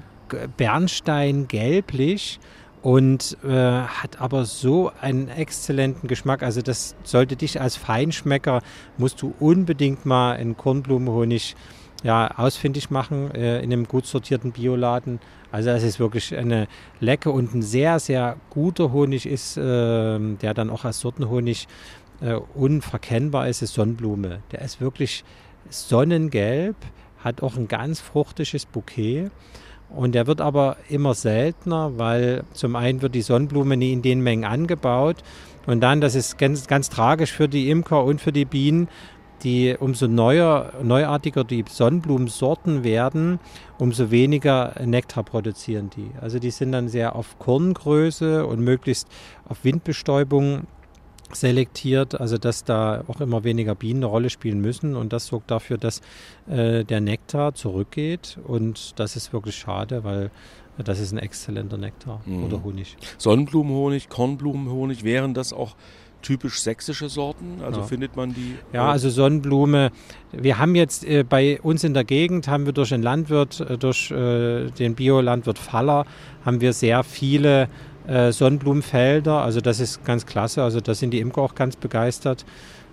bernsteingelblich und hat aber so einen exzellenten Geschmack. Also das sollte dich als Feinschmecker, musst du unbedingt mal einen Kornblumenhonig ausfindig machen in einem gut sortierten Bioladen. Also das ist wirklich eine Lecke und ein sehr, sehr guter Honig ist, der dann auch als Sortenhonig unverkennbar ist Sonnenblume. Der ist wirklich sonnengelb, hat auch ein ganz fruchtiges Bouquet und der wird aber immer seltener, weil zum einen wird die Sonnenblume nie in den Mengen angebaut und dann, das ist ganz, ganz tragisch für die Imker und für die Bienen, umso neuartiger die Sonnenblumensorten werden, umso weniger Nektar produzieren die. Also die sind dann sehr auf Korngröße und möglichst auf Windbestäubung selektiert, also dass da auch immer weniger Bienen eine Rolle spielen müssen und das sorgt dafür, dass der Nektar zurückgeht und das ist wirklich schade, weil das ist ein exzellenter Nektar oder Honig. Sonnenblumenhonig, Kornblumenhonig, wären das auch typisch sächsische Sorten? Also findet man die? Ja, also Sonnenblume. Wir haben jetzt bei uns in der Gegend, haben wir durch einen Landwirt, durch den Biolandwirt Faller, haben wir sehr viele Sonnenblumenfelder. Also das ist ganz klasse. Also da sind die Imker auch ganz begeistert.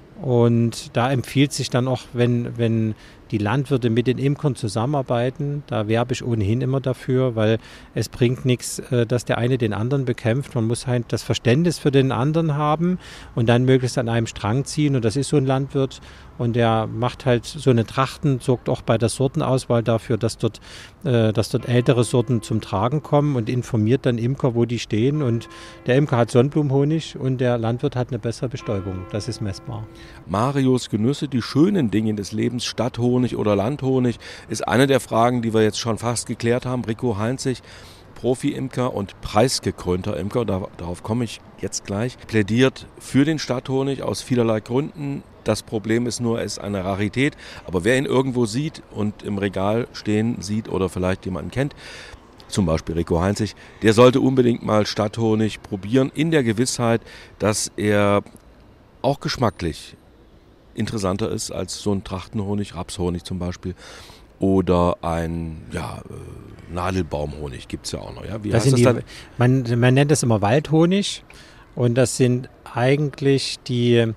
Und da empfiehlt sich dann auch, wenn die Landwirte mit den Imkern zusammenarbeiten, da werbe ich ohnehin immer dafür, weil es bringt nichts, dass der eine den anderen bekämpft. Man muss halt das Verständnis für den anderen haben und dann möglichst an einem Strang ziehen. Und das ist so ein Landwirt. Und der macht halt so eine Trachten, sorgt auch bei der Sortenauswahl dafür, dass dort ältere Sorten zum Tragen kommen und informiert dann Imker, wo die stehen. Und der Imker hat Sonnenblumenhonig und der Landwirt hat eine bessere Bestäubung. Das ist messbar. Marios Genüsse, die schönen Dinge des Lebens, Stadthonig oder Landhonig, ist eine der Fragen, die wir jetzt schon fast geklärt haben. Rico Heinzig, Profi-Imker und preisgekrönter Imker, darauf komme ich jetzt gleich, plädiert für den Stadthonig aus vielerlei Gründen. Das Problem ist nur, er ist eine Rarität. Aber wer ihn irgendwo sieht und im Regal stehen sieht oder vielleicht jemanden kennt, zum Beispiel Rico Heinzig, der sollte unbedingt mal Stadthonig probieren, in der Gewissheit, dass er auch geschmacklich interessanter ist als so ein Trachtenhonig, Rapshonig zum Beispiel. Oder ein Nadelbaumhonig gibt es ja auch noch. Ja? Wie heißt das dann? Man nennt das immer Waldhonig und das sind eigentlich die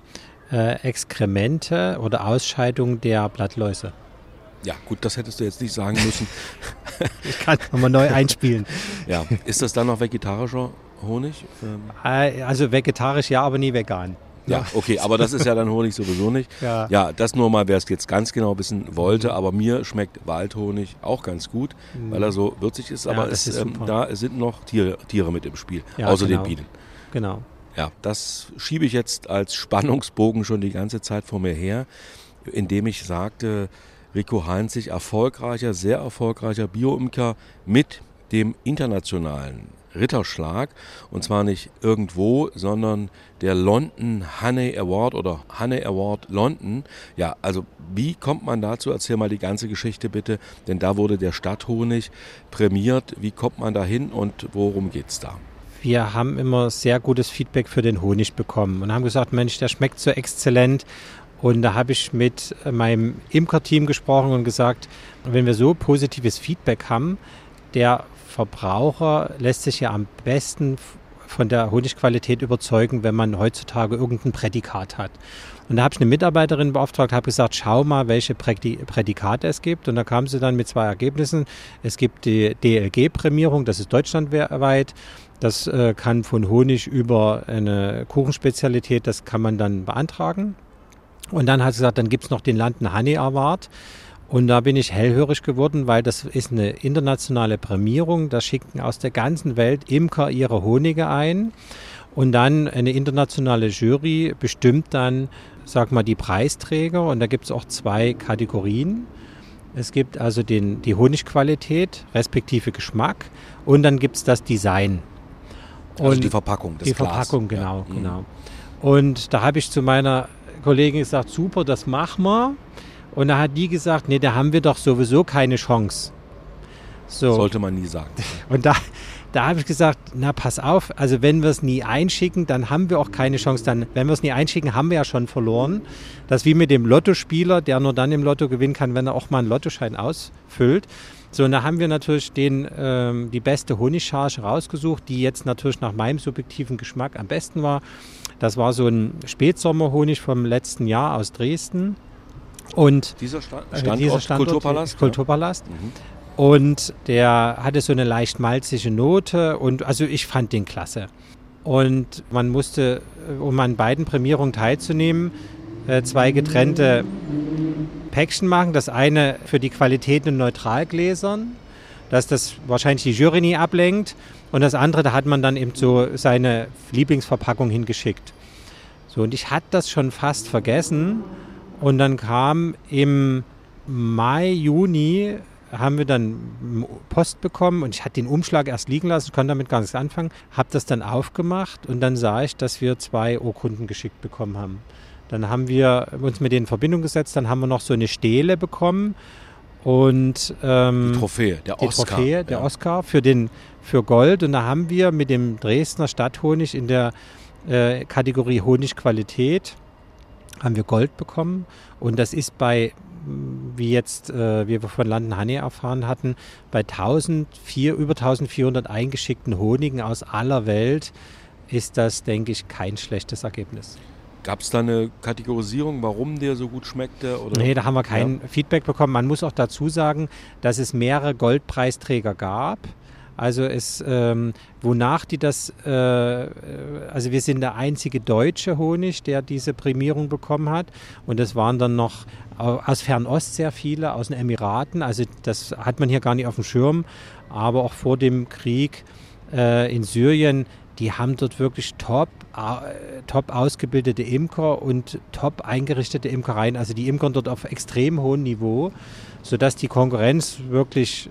Exkremente oder Ausscheidungen der Blattläuse. Ja, gut, das hättest du jetzt nicht sagen müssen. Ich kann es nochmal neu einspielen. Ja, ist das dann noch vegetarischer Honig? Also vegetarisch ja, aber nie vegan. Ja, okay, aber das ist ja dann Honig sowieso nicht. Ja, das nur mal, wer es jetzt ganz genau wissen wollte, aber mir schmeckt Waldhonig auch ganz gut, weil er so würzig ist, aber da sind noch Tiere mit im Spiel, außer den Bienen. Genau. Ja, das schiebe ich jetzt als Spannungsbogen schon die ganze Zeit vor mir her, indem ich sagte, Rico Heinzig, sehr erfolgreicher Bio-Imker mit dem internationalen Ritterschlag, und zwar nicht irgendwo, sondern der London Honey Award oder Honey Award London. Ja, also wie kommt man dazu? Erzähl mal die ganze Geschichte bitte, denn da wurde der Stadthonig prämiert. Wie kommt man da hin und worum geht's da? Wir haben immer sehr gutes Feedback für den Honig bekommen und haben gesagt, Mensch, der schmeckt so exzellent. Und da habe ich mit meinem Imkerteam gesprochen und gesagt, wenn wir so positives Feedback haben, der Verbraucher lässt sich ja am besten von der Honigqualität überzeugen, wenn man heutzutage irgendein Prädikat hat. Und da habe ich eine Mitarbeiterin beauftragt, habe gesagt, schau mal, welche Prädikate es gibt. Und da kam sie dann mit 2 Ergebnissen. Es gibt die DLG-Prämierung, das ist deutschlandweit. Das kann von Honig über eine Kuchenspezialität, das kann man dann beantragen. Und dann hat sie gesagt, dann gibt es noch den London Honey Award. Und da bin ich hellhörig geworden, weil das ist eine internationale Prämierung. Da schicken aus der ganzen Welt Imker ihre Honige ein. Und dann eine internationale Jury bestimmt dann, sag mal, die Preisträger. Und da gibt es auch 2 Kategorien. Es gibt also die Honigqualität, respektive Geschmack. Und dann gibt es das Design. Und also die Verpackung, das die Glas. Verpackung, genau, ja. Genau. Und da habe ich zu meiner Kollegin gesagt, super, das machen wir. Und da hat die gesagt, nee, da haben wir doch sowieso keine Chance. So. Sollte man nie sagen. Und da habe ich gesagt, na pass auf, also wenn wir es nie einschicken, dann haben wir auch keine Chance. Dann, wenn wir es nie einschicken, haben wir ja schon verloren. Das ist wie mit dem Lottospieler, der nur dann im Lotto gewinnen kann, wenn er auch mal einen Lottoschein ausfüllt. So, und da haben wir natürlich die beste Honigcharge rausgesucht, die jetzt natürlich nach meinem subjektiven Geschmack am besten war. Das war so ein Spätsommerhonig vom letzten Jahr aus Dresden. Und dieser Standort Kulturpalast? Kulturpalast. Ja. Mhm. Und der hatte so eine leicht malzige Note und also ich fand den klasse. Und man musste, um an beiden Prämierungen teilzunehmen, 2 getrennte Päckchen machen. Das eine für die Qualität in Neutralgläsern, dass das wahrscheinlich die Jury nie ablenkt. Und das andere, da hat man dann eben so seine Lieblingsverpackung hingeschickt. So, und ich hatte das schon fast vergessen. Und dann kam im Mai, Juni, haben wir dann Post bekommen und ich hatte den Umschlag erst liegen lassen, ich konnte damit gar nichts anfangen, habe das dann aufgemacht und dann sah ich, dass wir 2 Urkunden geschickt bekommen haben. Dann haben wir uns mit denen in Verbindung gesetzt, dann haben wir noch so eine Stele bekommen und die Trophäe, der Oscar für Gold. Und da haben wir mit dem Dresdner Stadthonig in der Kategorie Honigqualität haben wir Gold bekommen und das ist bei, wie wir von London Honey erfahren hatten, bei über 1400 eingeschickten Honigen aus aller Welt ist das, denke ich, kein schlechtes Ergebnis. Gab es da eine Kategorisierung, warum der so gut schmeckte? Oder? Nee, da haben wir kein Feedback bekommen. Man muss auch dazu sagen, dass es mehrere Goldpreisträger gab. Also wonach die das, also wir sind der einzige deutsche Honig, der diese Prämierung bekommen hat. Und es waren dann noch aus Fernost sehr viele, aus den Emiraten. Also das hat man hier gar nicht auf dem Schirm. Aber auch vor dem Krieg in Syrien, die haben dort wirklich top ausgebildete Imker und top eingerichtete Imkereien. Also die imkern dort auf extrem hohem Niveau, sodass die Konkurrenz wirklich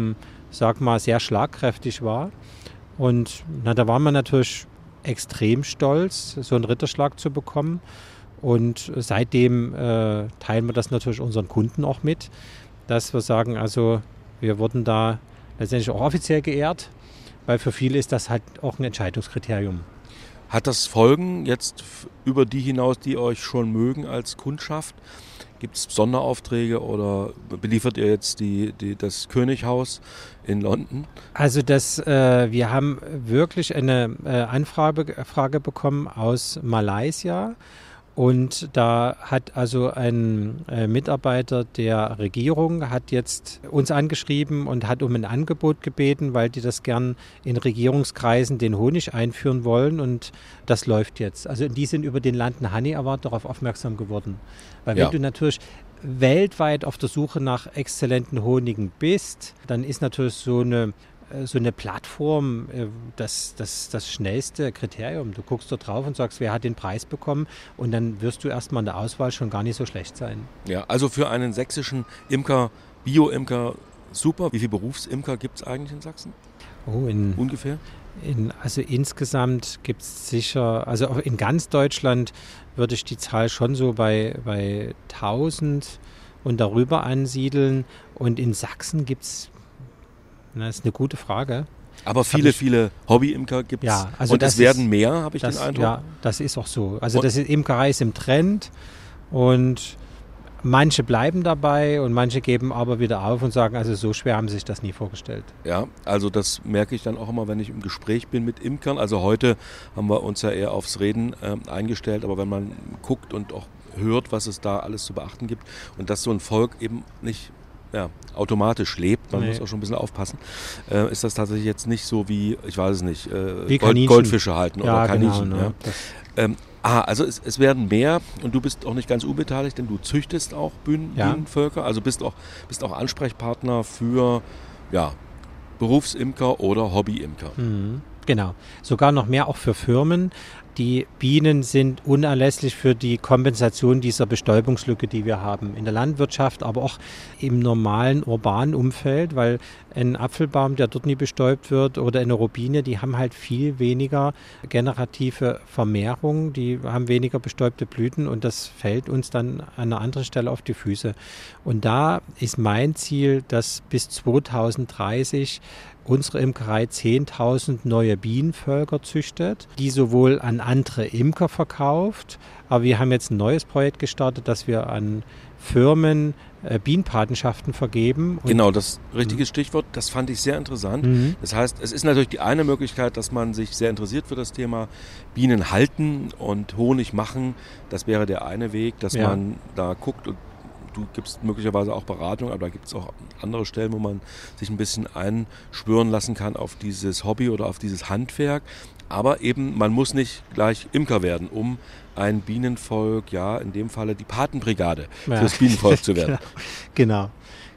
sehr schlagkräftig war. Und da war man natürlich extrem stolz, so einen Ritterschlag zu bekommen. Und seitdem teilen wir das natürlich unseren Kunden auch mit, dass wir sagen, also wir wurden da letztendlich auch offiziell geehrt, weil für viele ist das halt auch ein Entscheidungskriterium. Hat das Folgen jetzt über die hinaus, die euch schon mögen als Kundschaft? Gibt es Sonderaufträge oder beliefert ihr jetzt das Könighaus in London? Also wir haben wirklich eine Anfrage bekommen aus Malaysia. Und da hat also ein Mitarbeiter der Regierung hat jetzt uns angeschrieben und hat um ein Angebot gebeten, weil die das gern in Regierungskreisen den Honig einführen wollen und das läuft jetzt. Also die sind über den London Honey Award darauf aufmerksam geworden. Weil wenn du natürlich weltweit auf der Suche nach exzellenten Honigen bist, dann ist natürlich so eine Plattform das schnellste Kriterium. Du guckst dort drauf und sagst, wer hat den Preis bekommen und dann wirst du erstmal in der Auswahl schon gar nicht so schlecht sein. Ja, also für einen sächsischen Imker, Bio-Imker, super. Wie viele Berufsimker gibt es eigentlich in Sachsen? Ungefähr? Also insgesamt gibt es sicher, also in ganz Deutschland würde ich die Zahl schon so bei 1000 und darüber ansiedeln und in Sachsen gibt es. Das ist eine gute Frage. Aber viele Hobby-Imker gibt es. Ja, also und es werden mehr, habe ich den Eindruck. Ja, das ist auch so. Also Imkerei ist im Trend und Manche bleiben dabei und manche geben aber wieder auf und sagen, also so schwer haben sie sich das nie vorgestellt. Ja, also das merke ich dann auch immer, wenn ich im Gespräch bin mit Imkern. Also heute haben wir uns ja eher aufs Reden eingestellt, aber wenn man guckt und auch hört, was es da alles zu beachten gibt und dass so ein Volk eben nicht automatisch lebt, man muss auch schon ein bisschen aufpassen, ist das tatsächlich jetzt nicht so wie, ich weiß es nicht, wie Goldfische halten oder Kaninchen. Genau, ja. Also es werden mehr und du bist auch nicht ganz unbeteiligt, denn du züchtest auch Bienenvölker, also bist auch Ansprechpartner für Berufsimker oder Hobbyimker. Genau, sogar noch mehr auch für Firmen. Die Bienen sind unerlässlich für die Kompensation dieser Bestäubungslücke, die wir haben in der Landwirtschaft, aber auch im normalen urbanen Umfeld, weil ein Apfelbaum, der dort nie bestäubt wird, oder eine Robine, die haben halt viel weniger generative Vermehrung, die haben weniger bestäubte Blüten und das fällt uns dann an einer anderen Stelle auf die Füße. Und da ist mein Ziel, dass bis 2030 unsere Imkerei 10.000 neue Bienenvölker züchtet, die sowohl an andere Imker verkauft, aber wir haben jetzt ein neues Projekt gestartet, dass wir an Firmen Bienenpatenschaften vergeben. Genau, das richtige Stichwort, das fand ich sehr interessant. Das heißt, es ist natürlich die eine Möglichkeit, dass man sich sehr interessiert für das Thema Bienen halten und Honig machen. Das wäre der eine Weg, dass man da guckt und du gibst möglicherweise auch Beratung, aber da gibt es auch andere Stellen, wo man sich ein bisschen einschwören lassen kann auf dieses Hobby oder auf dieses Handwerk. Aber eben, man muss nicht gleich Imker werden, um ein Bienenvolk, in dem Falle die Patenbrigade fürs Bienenvolk zu werden. Genau.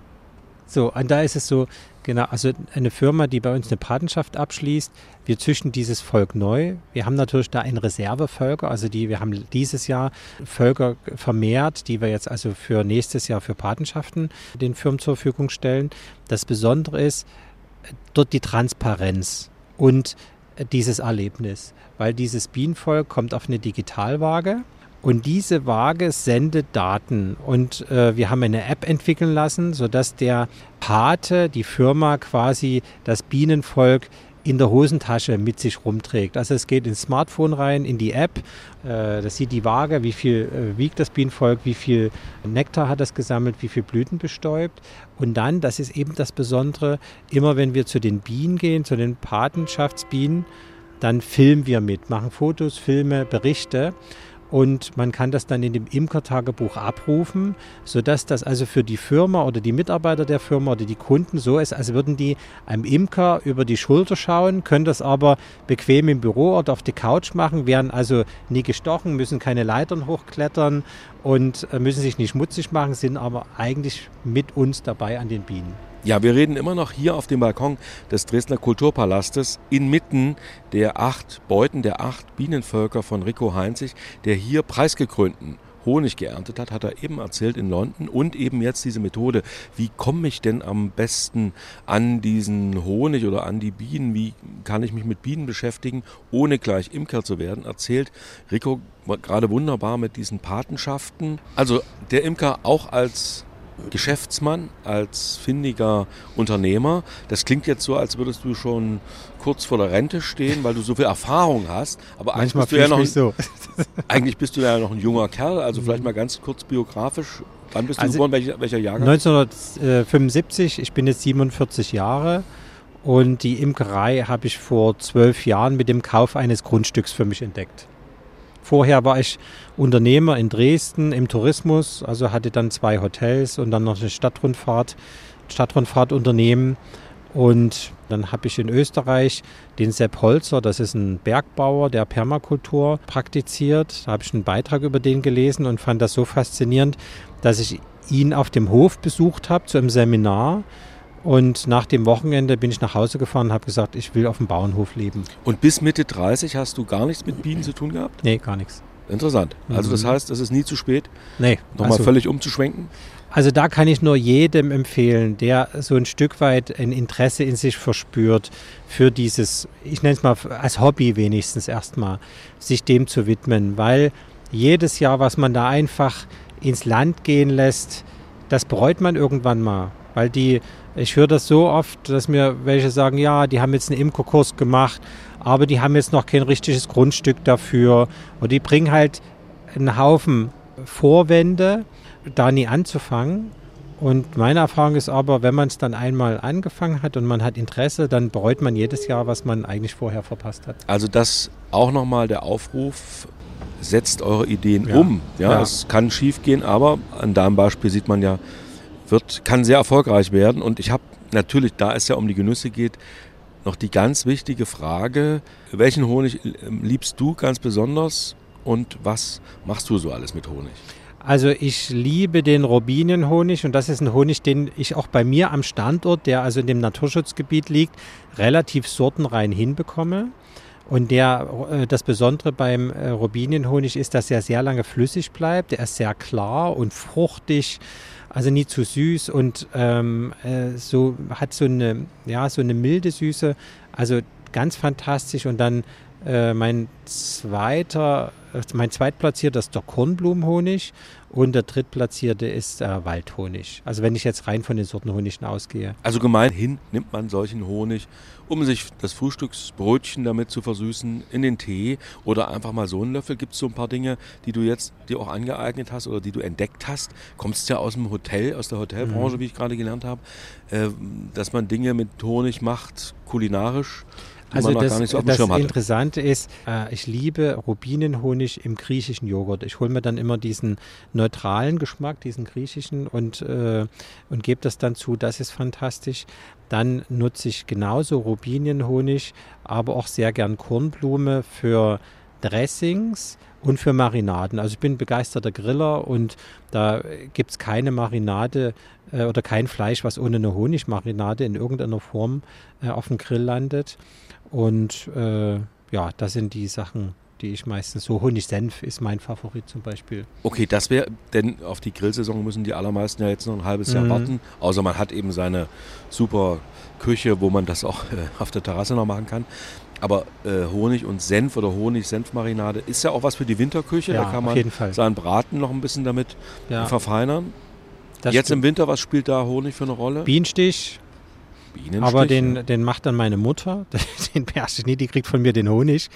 So, und da ist es so, genau, also eine Firma, die bei uns eine Patenschaft abschließt, wir züchten dieses Volk neu. Wir haben natürlich da ein Reservevölker, also wir haben dieses Jahr Völker vermehrt, die wir jetzt also für nächstes Jahr für Patenschaften den Firmen zur Verfügung stellen. Das Besondere ist dort die Transparenz und dieses Erlebnis, weil dieses Bienenvolk kommt auf eine Digitalwaage. Und diese Waage sendet Daten und wir haben eine App entwickeln lassen, sodass der Pate, die Firma quasi das Bienenvolk in der Hosentasche mit sich rumträgt. Also es geht ins Smartphone rein, in die App, das sieht die Waage, wie viel wiegt das Bienenvolk, wie viel Nektar hat es gesammelt, wie viel Blüten bestäubt. Und dann, das ist eben das Besondere, immer wenn wir zu den Bienen gehen, zu den Patenschaftsbienen, dann filmen wir mit, machen Fotos, Filme, Berichte. Und man kann das dann in dem Imkertagebuch abrufen, sodass das also für die Firma oder die Mitarbeiter der Firma oder die Kunden so ist, als würden die einem Imker über die Schulter schauen, können das aber bequem im Büro oder auf die Couch machen, werden also nie gestochen, müssen keine Leitern hochklettern und müssen sich nicht schmutzig machen, sind aber eigentlich mit uns dabei an den Bienen. Ja, wir reden immer noch hier auf dem Balkon des Dresdner Kulturpalastes inmitten der 8 Beuten, der 8 Bienenvölker von Rico Heinzig, der hier preisgekrönten Honig geerntet hat, hat er eben erzählt in London und eben jetzt diese Methode. Wie komme ich denn am besten an diesen Honig oder an die Bienen? Wie kann ich mich mit Bienen beschäftigen, ohne gleich Imker zu werden? Erzählt Rico gerade wunderbar mit diesen Patenschaften. Also der Imker auch als Geschäftsmann, als findiger Unternehmer. Das klingt jetzt so, als würdest du schon kurz vor der Rente stehen, weil du so viel Erfahrung hast. Aber manchmal eigentlich bist du ja noch ein junger Kerl. Also vielleicht mal ganz kurz biografisch. Wann bist du geboren? Welcher Jahrgang? 1975. Ich bin jetzt 47 Jahre. Und die Imkerei habe ich vor 12 Jahren mit dem Kauf eines Grundstücks für mich entdeckt. Vorher war ich Unternehmer in Dresden im Tourismus, also hatte dann 2 Hotels und dann noch eine Stadtrundfahrtunternehmen. Und dann habe ich in Österreich den Sepp Holzer, das ist ein Bergbauer, der Permakultur praktiziert. Da habe ich einen Beitrag über den gelesen und fand das so faszinierend, dass ich ihn auf dem Hof besucht habe zu einem Seminar. Und nach dem Wochenende bin ich nach Hause gefahren und habe gesagt, ich will auf dem Bauernhof leben. Und bis Mitte 30 hast du gar nichts mit Bienen zu tun gehabt? Nee, gar nichts. Interessant. Also das heißt, es ist nie zu spät, nochmal völlig umzuschwenken? Also da kann ich nur jedem empfehlen, der so ein Stück weit ein Interesse in sich verspürt für dieses, ich nenne es mal als Hobby wenigstens erstmal, sich dem zu widmen. Weil jedes Jahr, was man da einfach ins Land gehen lässt, das bereut man irgendwann mal. Weil ich höre das so oft, dass mir welche sagen, ja, die haben jetzt einen Imkerkurs gemacht, aber die haben jetzt noch kein richtiges Grundstück dafür. Und die bringen halt einen Haufen Vorwände, da nie anzufangen. Und meine Erfahrung ist aber, wenn man es dann einmal angefangen hat und man hat Interesse, dann bereut man jedes Jahr, was man eigentlich vorher verpasst hat. Also das auch nochmal der Aufruf, setzt eure Ideen um. Ja, es kann schief gehen, aber an deinem Beispiel sieht man ja, kann sehr erfolgreich werden. Und ich habe natürlich, da es ja um die Genüsse geht, noch die ganz wichtige Frage, welchen Honig liebst du ganz besonders und was machst du so alles mit Honig? Also ich liebe den Robinienhonig und das ist ein Honig, den ich auch bei mir am Standort, der also in dem Naturschutzgebiet liegt, relativ sortenrein hinbekomme. Und das Besondere beim Robinienhonig ist, dass er sehr lange flüssig bleibt. Er ist sehr klar und fruchtig, also nie zu süß und hat so eine milde Süße. Also ganz fantastisch. Und dann mein Zweitplatzierter ist der Kornblumenhonig und der Drittplatzierte ist Waldhonig. Also wenn ich jetzt rein von den Sortenhonigen ausgehe. Also gemeinhin nimmt man solchen Honig, um sich das Frühstücksbrötchen damit zu versüßen, in den Tee oder einfach mal so einen Löffel. Gibt es so ein paar Dinge, die du jetzt dir auch angeeignet hast oder die du entdeckt hast? Kommst ja aus dem Hotel, aus der Hotelbranche, wie ich gerade gelernt habe, dass man Dinge mit Honig macht, kulinarisch. Also das Interessante ist, ich liebe Robinienhonig im griechischen Joghurt. Ich hole mir dann immer diesen neutralen Geschmack, diesen griechischen und gebe das dann zu. Das ist fantastisch. Dann nutze ich genauso Robinienhonig, aber auch sehr gern Kornblume für Dressings und für Marinaden. Also ich bin begeisterter Griller und da gibt es keine Marinade oder kein Fleisch, was ohne eine Honigmarinade in irgendeiner Form auf dem Grill landet. Und das sind die Sachen, die ich meistens so. Honigsenf ist mein Favorit zum Beispiel. Okay, das wäre, denn auf die Grillsaison müssen die allermeisten ja jetzt noch ein halbes Jahr warten. Außer man hat eben seine super Küche, wo man das auch auf der Terrasse noch machen kann. Aber Honig und Senf oder Honig-Senf-Marinade ist ja auch was für die Winterküche. Ja, da kann man auf jeden Fall seinen Braten noch ein bisschen damit verfeinern. Das jetzt stimmt. im Winter, was spielt da Honig für eine Rolle? Bienenstich. Aber den macht dann meine Mutter, den beherrsche ich nie, die kriegt von mir den Honig.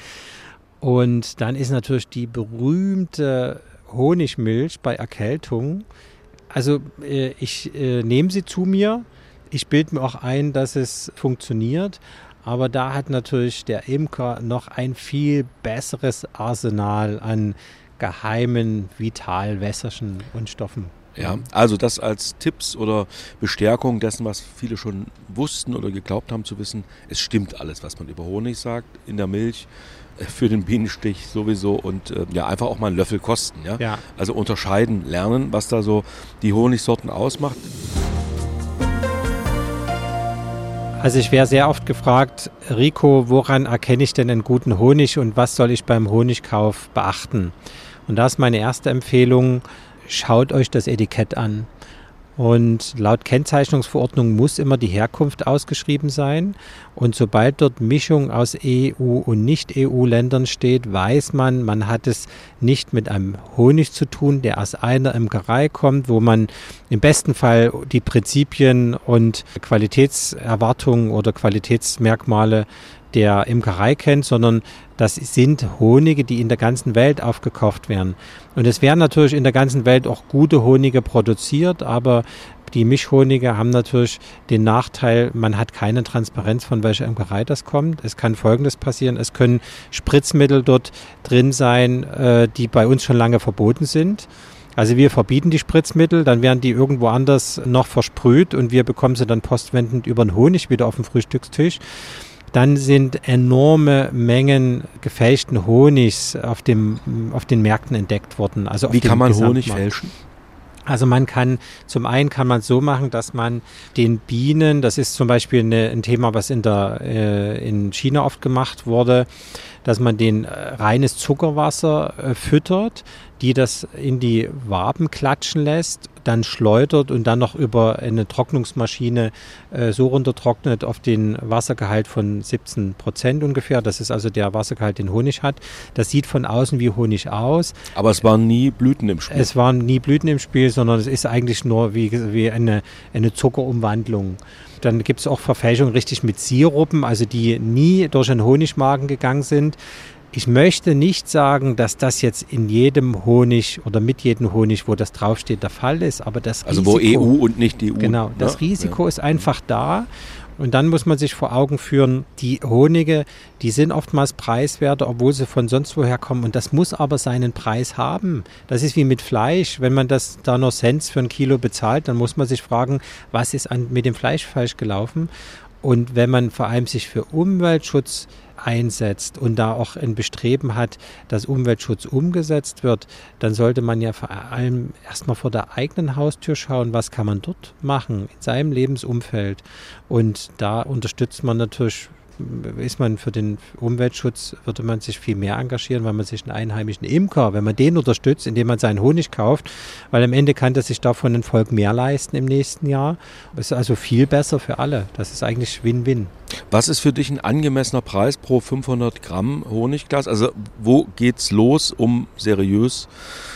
Und dann ist natürlich die berühmte Honigmilch bei Erkältung. Also ich nehme sie zu mir, ich bilde mir auch ein, dass es funktioniert. Aber da hat natürlich der Imker noch ein viel besseres Arsenal an geheimen Vitalwässerchen und Stoffen. Ja, also das als Tipps oder Bestärkung dessen, was viele schon wussten oder geglaubt haben zu wissen. Es stimmt alles, was man über Honig sagt, in der Milch, für den Bienenstich sowieso und einfach auch mal einen Löffel kosten. Ja? Also unterscheiden, lernen, was da so die Honigsorten ausmacht. Also ich wäre sehr oft gefragt, Rico, woran erkenne ich denn einen guten Honig und was soll ich beim Honigkauf beachten? Und da ist meine erste Empfehlung, schaut euch das Etikett an. Und laut Kennzeichnungsverordnung muss immer die Herkunft ausgeschrieben sein. Und sobald dort Mischung aus EU- und Nicht-EU-Ländern steht, weiß man hat es nicht mit einem Honig zu tun, der aus einer Imkerei kommt, wo man im besten Fall die Prinzipien und Qualitätserwartungen oder Qualitätsmerkmale der Imkerei kennt, sondern das sind Honige, die in der ganzen Welt aufgekauft werden. Und es werden natürlich in der ganzen Welt auch gute Honige produziert, aber die Mischhonige haben natürlich den Nachteil, man hat keine Transparenz, von welcher Imkerei das kommt. Es kann Folgendes passieren, es können Spritzmittel dort drin sein, die bei uns schon lange verboten sind. Also wir verbieten die Spritzmittel, dann werden die irgendwo anders noch versprüht und wir bekommen sie dann postwendend über den Honig wieder auf den Frühstückstisch. Dann sind enorme Mengen gefälschten Honigs auf den Märkten entdeckt worden. Also wie kann man Honig fälschen? Also zum einen kann man es so machen, dass man den Bienen, das ist zum Beispiel ein Thema, was in China oft gemacht wurde, dass man den reines Zuckerwasser füttert, die das in die Waben klatschen lässt, dann schleudert und dann noch über eine Trocknungsmaschine so runtertrocknet auf den Wassergehalt von 17% ungefähr. Das ist also der Wassergehalt, den Honig hat. Das sieht von außen wie Honig aus. Aber es waren nie Blüten im Spiel. Es waren nie Blüten im Spiel, sondern es ist eigentlich nur wie eine Zuckerumwandlung. Dann gibt es auch Verfälschungen richtig mit Sirupen, also die nie durch einen Honigmagen gegangen sind. Ich möchte nicht sagen, dass das jetzt in jedem Honig oder mit jedem Honig, wo das draufsteht, der Fall ist, aber das Risiko... Also wo EU und nicht die EU. Genau, das Risiko ist einfach da. Und dann muss man sich vor Augen führen, die Honige, die sind oftmals preiswerter, obwohl sie von sonst woher kommen. Und das muss aber seinen Preis haben. Das ist wie mit Fleisch. Wenn man das da noch Cent für ein Kilo bezahlt, dann muss man sich fragen, was ist mit dem Fleisch falsch gelaufen? Und wenn man vor allem sich für Umweltschutz einsetzt und da auch ein Bestreben hat, dass Umweltschutz umgesetzt wird, dann sollte man ja vor allem erstmal vor der eigenen Haustür schauen, was kann man dort machen in seinem Lebensumfeld. Und da unterstützt man natürlich, ist man für den Umweltschutz, würde man sich viel mehr engagieren, weil man sich einen einheimischen Imker, wenn man den unterstützt, indem man seinen Honig kauft, weil am Ende kann der sich davon ein Volk mehr leisten im nächsten Jahr. Das ist also viel besser für alle. Das ist eigentlich Win-Win. Was ist für dich ein angemessener Preis pro 500 Gramm Honigglas? Also wo geht's los, um seriös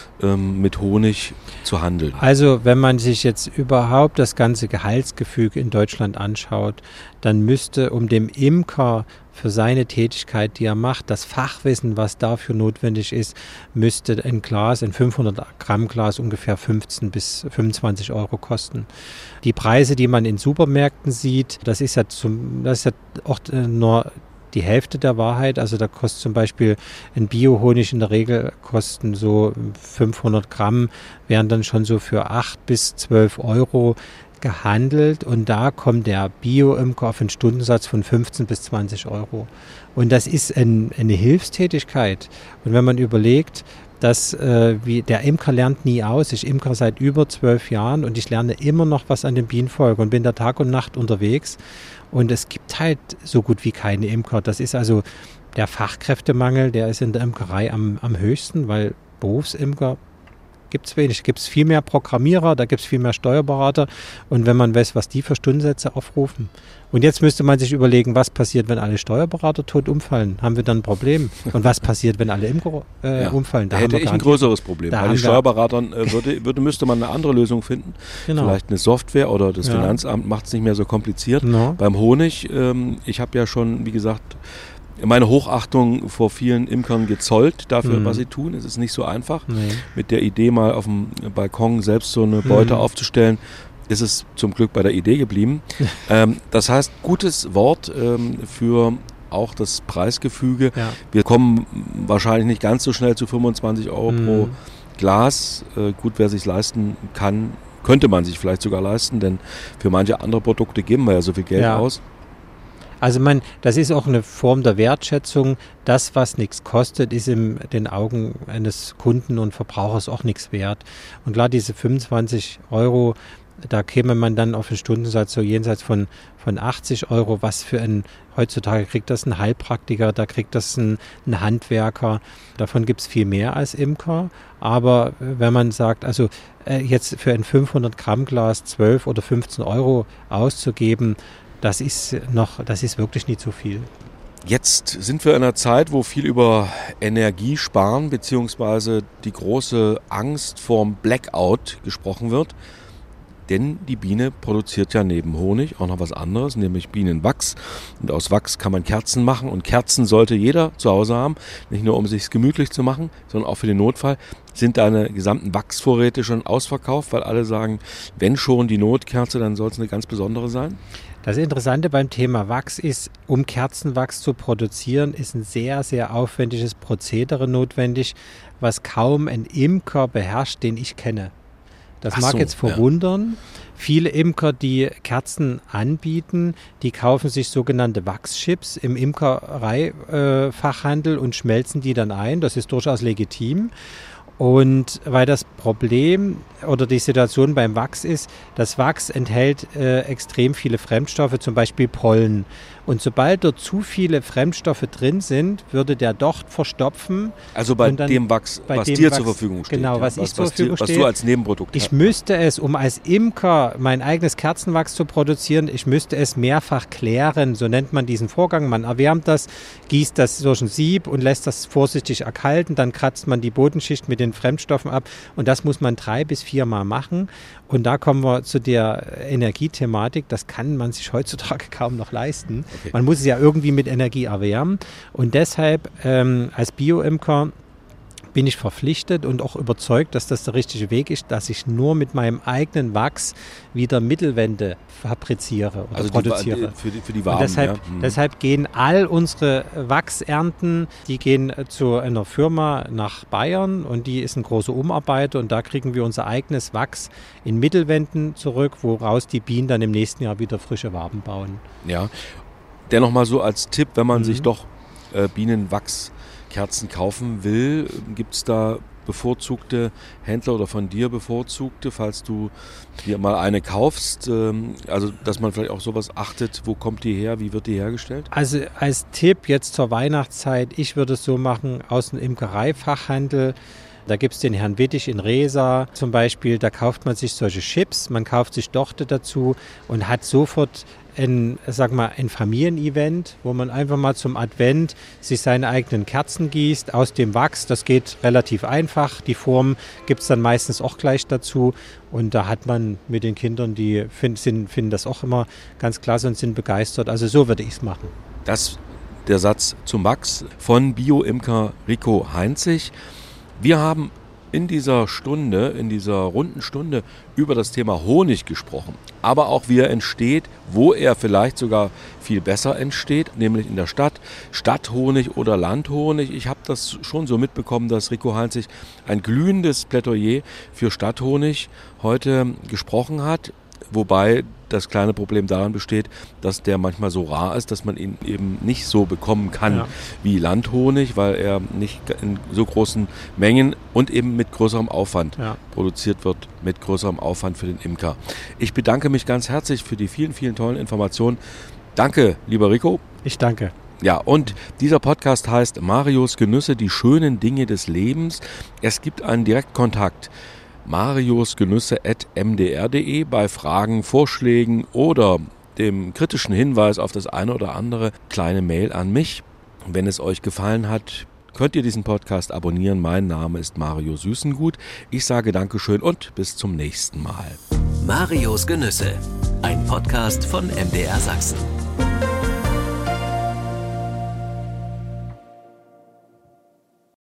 mit Honig zu handeln? Also wenn man sich jetzt überhaupt das ganze Gehaltsgefüge in Deutschland anschaut, dann müsste um dem Imker für seine Tätigkeit, die er macht, das Fachwissen, was dafür notwendig ist, müsste ein 500 Gramm Glas ungefähr 15 bis 25 Euro kosten. Die Preise, die man in Supermärkten sieht, das ist ja auch nur die Hälfte der Wahrheit. Also da kostet zum Beispiel ein Bio-Honig in der Regel kosten so 500 Gramm, werden dann schon so für 8 bis 12 Euro gehandelt und da kommt der Bio-Imker auf einen Stundensatz von 15 bis 20 Euro. Und das ist eine Hilfstätigkeit. Und wenn man überlegt, dass der Imker lernt nie aus. Ich imker seit über 12 Jahren und ich lerne immer noch was an dem Bienenvolk und bin da Tag und Nacht unterwegs. Und es gibt halt so gut wie keine Imker. Das ist also der Fachkräftemangel, der ist in der Imkerei am höchsten, weil Berufsimker gibt es wenig. Da gibt es viel mehr Programmierer, da gibt es viel mehr Steuerberater. Und wenn man weiß, was die für Stundensätze aufrufen. Und jetzt müsste man sich überlegen, was passiert, wenn alle Steuerberater tot umfallen? Haben wir dann ein Problem? Und was passiert, wenn alle Imker umfallen? Da hätte ich ein größeres Problem. Bei den Steuerberatern müsste man eine andere Lösung finden. Genau. Vielleicht eine Software oder das Finanzamt macht es nicht mehr so kompliziert. No. Beim Honig, ich habe ja schon, wie gesagt, meine Hochachtung vor vielen Imkern gezollt dafür, was sie tun. Es ist nicht so einfach. Mit der Idee, mal auf dem Balkon selbst so eine Beute aufzustellen, ist es zum Glück bei der Idee geblieben. Das heißt, gutes Wort für auch das Preisgefüge. Ja. Wir kommen wahrscheinlich nicht ganz so schnell zu 25 Euro pro Glas. Gut, wer sich leisten kann, könnte man sich vielleicht sogar leisten, denn für manche andere Produkte geben wir ja so viel Geld aus. Also das ist auch eine Form der Wertschätzung. Das, was nichts kostet, ist in den Augen eines Kunden und Verbrauchers auch nichts wert. Und klar, diese 25 Euro, da käme man dann auf einen Stundensatz so jenseits von 80 Euro. Was für heutzutage kriegt das ein Heilpraktiker, da kriegt das ein Handwerker. Davon gibt es viel mehr als Imker. Aber wenn man sagt, also jetzt für ein 500 Gramm Glas 12 oder 15 Euro auszugeben, das ist wirklich nicht so viel. Jetzt sind wir in einer Zeit, wo viel über Energiesparen bzw. die große Angst vorm Blackout gesprochen wird. Denn die Biene produziert ja neben Honig auch noch was anderes, nämlich Bienenwachs. Und aus Wachs kann man Kerzen machen. Und Kerzen sollte jeder zu Hause haben. Nicht nur, um es sich gemütlich zu machen, sondern auch für den Notfall. Sind deine gesamten Wachsvorräte schon ausverkauft? Weil alle sagen, wenn schon die Notkerze, dann soll es eine ganz besondere sein? Das Interessante beim Thema Wachs ist, um Kerzenwachs zu produzieren, ist ein sehr, sehr aufwendiges Prozedere notwendig, was kaum ein Imker beherrscht, den ich kenne. Das mag jetzt verwundern. Ja. Viele Imker, die Kerzen anbieten, die kaufen sich sogenannte Wachschips im Imkereifachhandel und schmelzen die dann ein. Das ist durchaus legitim. Und weil das Problem oder die Situation beim Wachs ist, das Wachs enthält extrem viele Fremdstoffe, zum Beispiel Pollen. Und sobald dort zu viele Fremdstoffe drin sind, würde der Docht verstopfen. Also bei dem Wachs, was dir zur Verfügung steht. Genau, was ich zur Verfügung stehe. Was du als Nebenprodukt hast. Ich müsste es, um als Imker mein eigenes Kerzenwachs zu produzieren, ich müsste es mehrfach klären. So nennt man diesen Vorgang. Man erwärmt das, gießt das durch ein Sieb und lässt das vorsichtig erkalten. Dann kratzt man die Bodenschicht mit den Fremdstoffen ab. Und das muss man 3 bis 4 Mal machen. Und da kommen wir zu der Energiethematik. Das kann man sich heutzutage kaum noch leisten. Okay. Man muss es ja irgendwie mit Energie erwärmen. Und deshalb als Bio-Imker bin ich verpflichtet und auch überzeugt, dass das der richtige Weg ist, dass ich nur mit meinem eigenen Wachs wieder Mittelwände fabriziere oder Also produziere. für die Waben, und deshalb gehen all unsere Wachsernten, die gehen zu einer Firma nach Bayern und die ist ein großer Umarbeiter und da kriegen wir unser eigenes Wachs in Mittelwänden zurück, woraus die Bienen dann im nächsten Jahr wieder frische Waben bauen. Ja, dennoch mal so als Tipp, wenn man sich doch Bienenwachskerzen kaufen will, gibt es da bevorzugte Händler oder von dir bevorzugte, falls du dir mal eine kaufst, also dass man vielleicht auch sowas achtet, wo kommt die her, wie wird die hergestellt? Also als Tipp jetzt zur Weihnachtszeit, ich würde es so machen, aus dem Imkereifachhandel. Da gibt es den Herrn Wittig in Resa zum Beispiel, da kauft man sich solche Chips, man kauft sich Dochte dazu und hat sofort ein Familienevent, wo man einfach mal zum Advent sich seine eigenen Kerzen gießt aus dem Wachs. Das geht relativ einfach. Die Form gibt es dann meistens auch gleich dazu. Und da hat man mit den Kindern, die finden das auch immer ganz klasse und sind begeistert. Also so würde ich es machen. Das der Satz zum Wachs von Bio-Imker Rico Heinzig. Wir haben in dieser runden Stunde über das Thema Honig gesprochen, aber auch wie er entsteht, wo er vielleicht sogar viel besser entsteht, nämlich in der Stadt, Stadthonig oder Landhonig. Ich habe das schon so mitbekommen, dass Rico Heinzig ein glühendes Plädoyer für Stadthonig heute gesprochen hat, wobei das kleine Problem daran besteht, dass der manchmal so rar ist, dass man ihn eben nicht so bekommen kann wie Landhonig, weil er nicht in so großen Mengen und eben mit größerem Aufwand produziert wird, mit größerem Aufwand für den Imker. Ich bedanke mich ganz herzlich für die vielen, vielen tollen Informationen. Danke, lieber Rico. Ich danke. Ja, und dieser Podcast heißt Marios Genüsse, die schönen Dinge des Lebens. Es gibt einen Direktkontakt. mariosgenüsse@mdr.de bei Fragen, Vorschlägen oder dem kritischen Hinweis auf das eine oder andere kleine Mail an mich. Wenn es euch gefallen hat, könnt ihr diesen Podcast abonnieren. Mein Name ist Mario Süßengut. Ich sage Dankeschön und bis zum nächsten Mal. Marios Genüsse, ein Podcast von MDR Sachsen.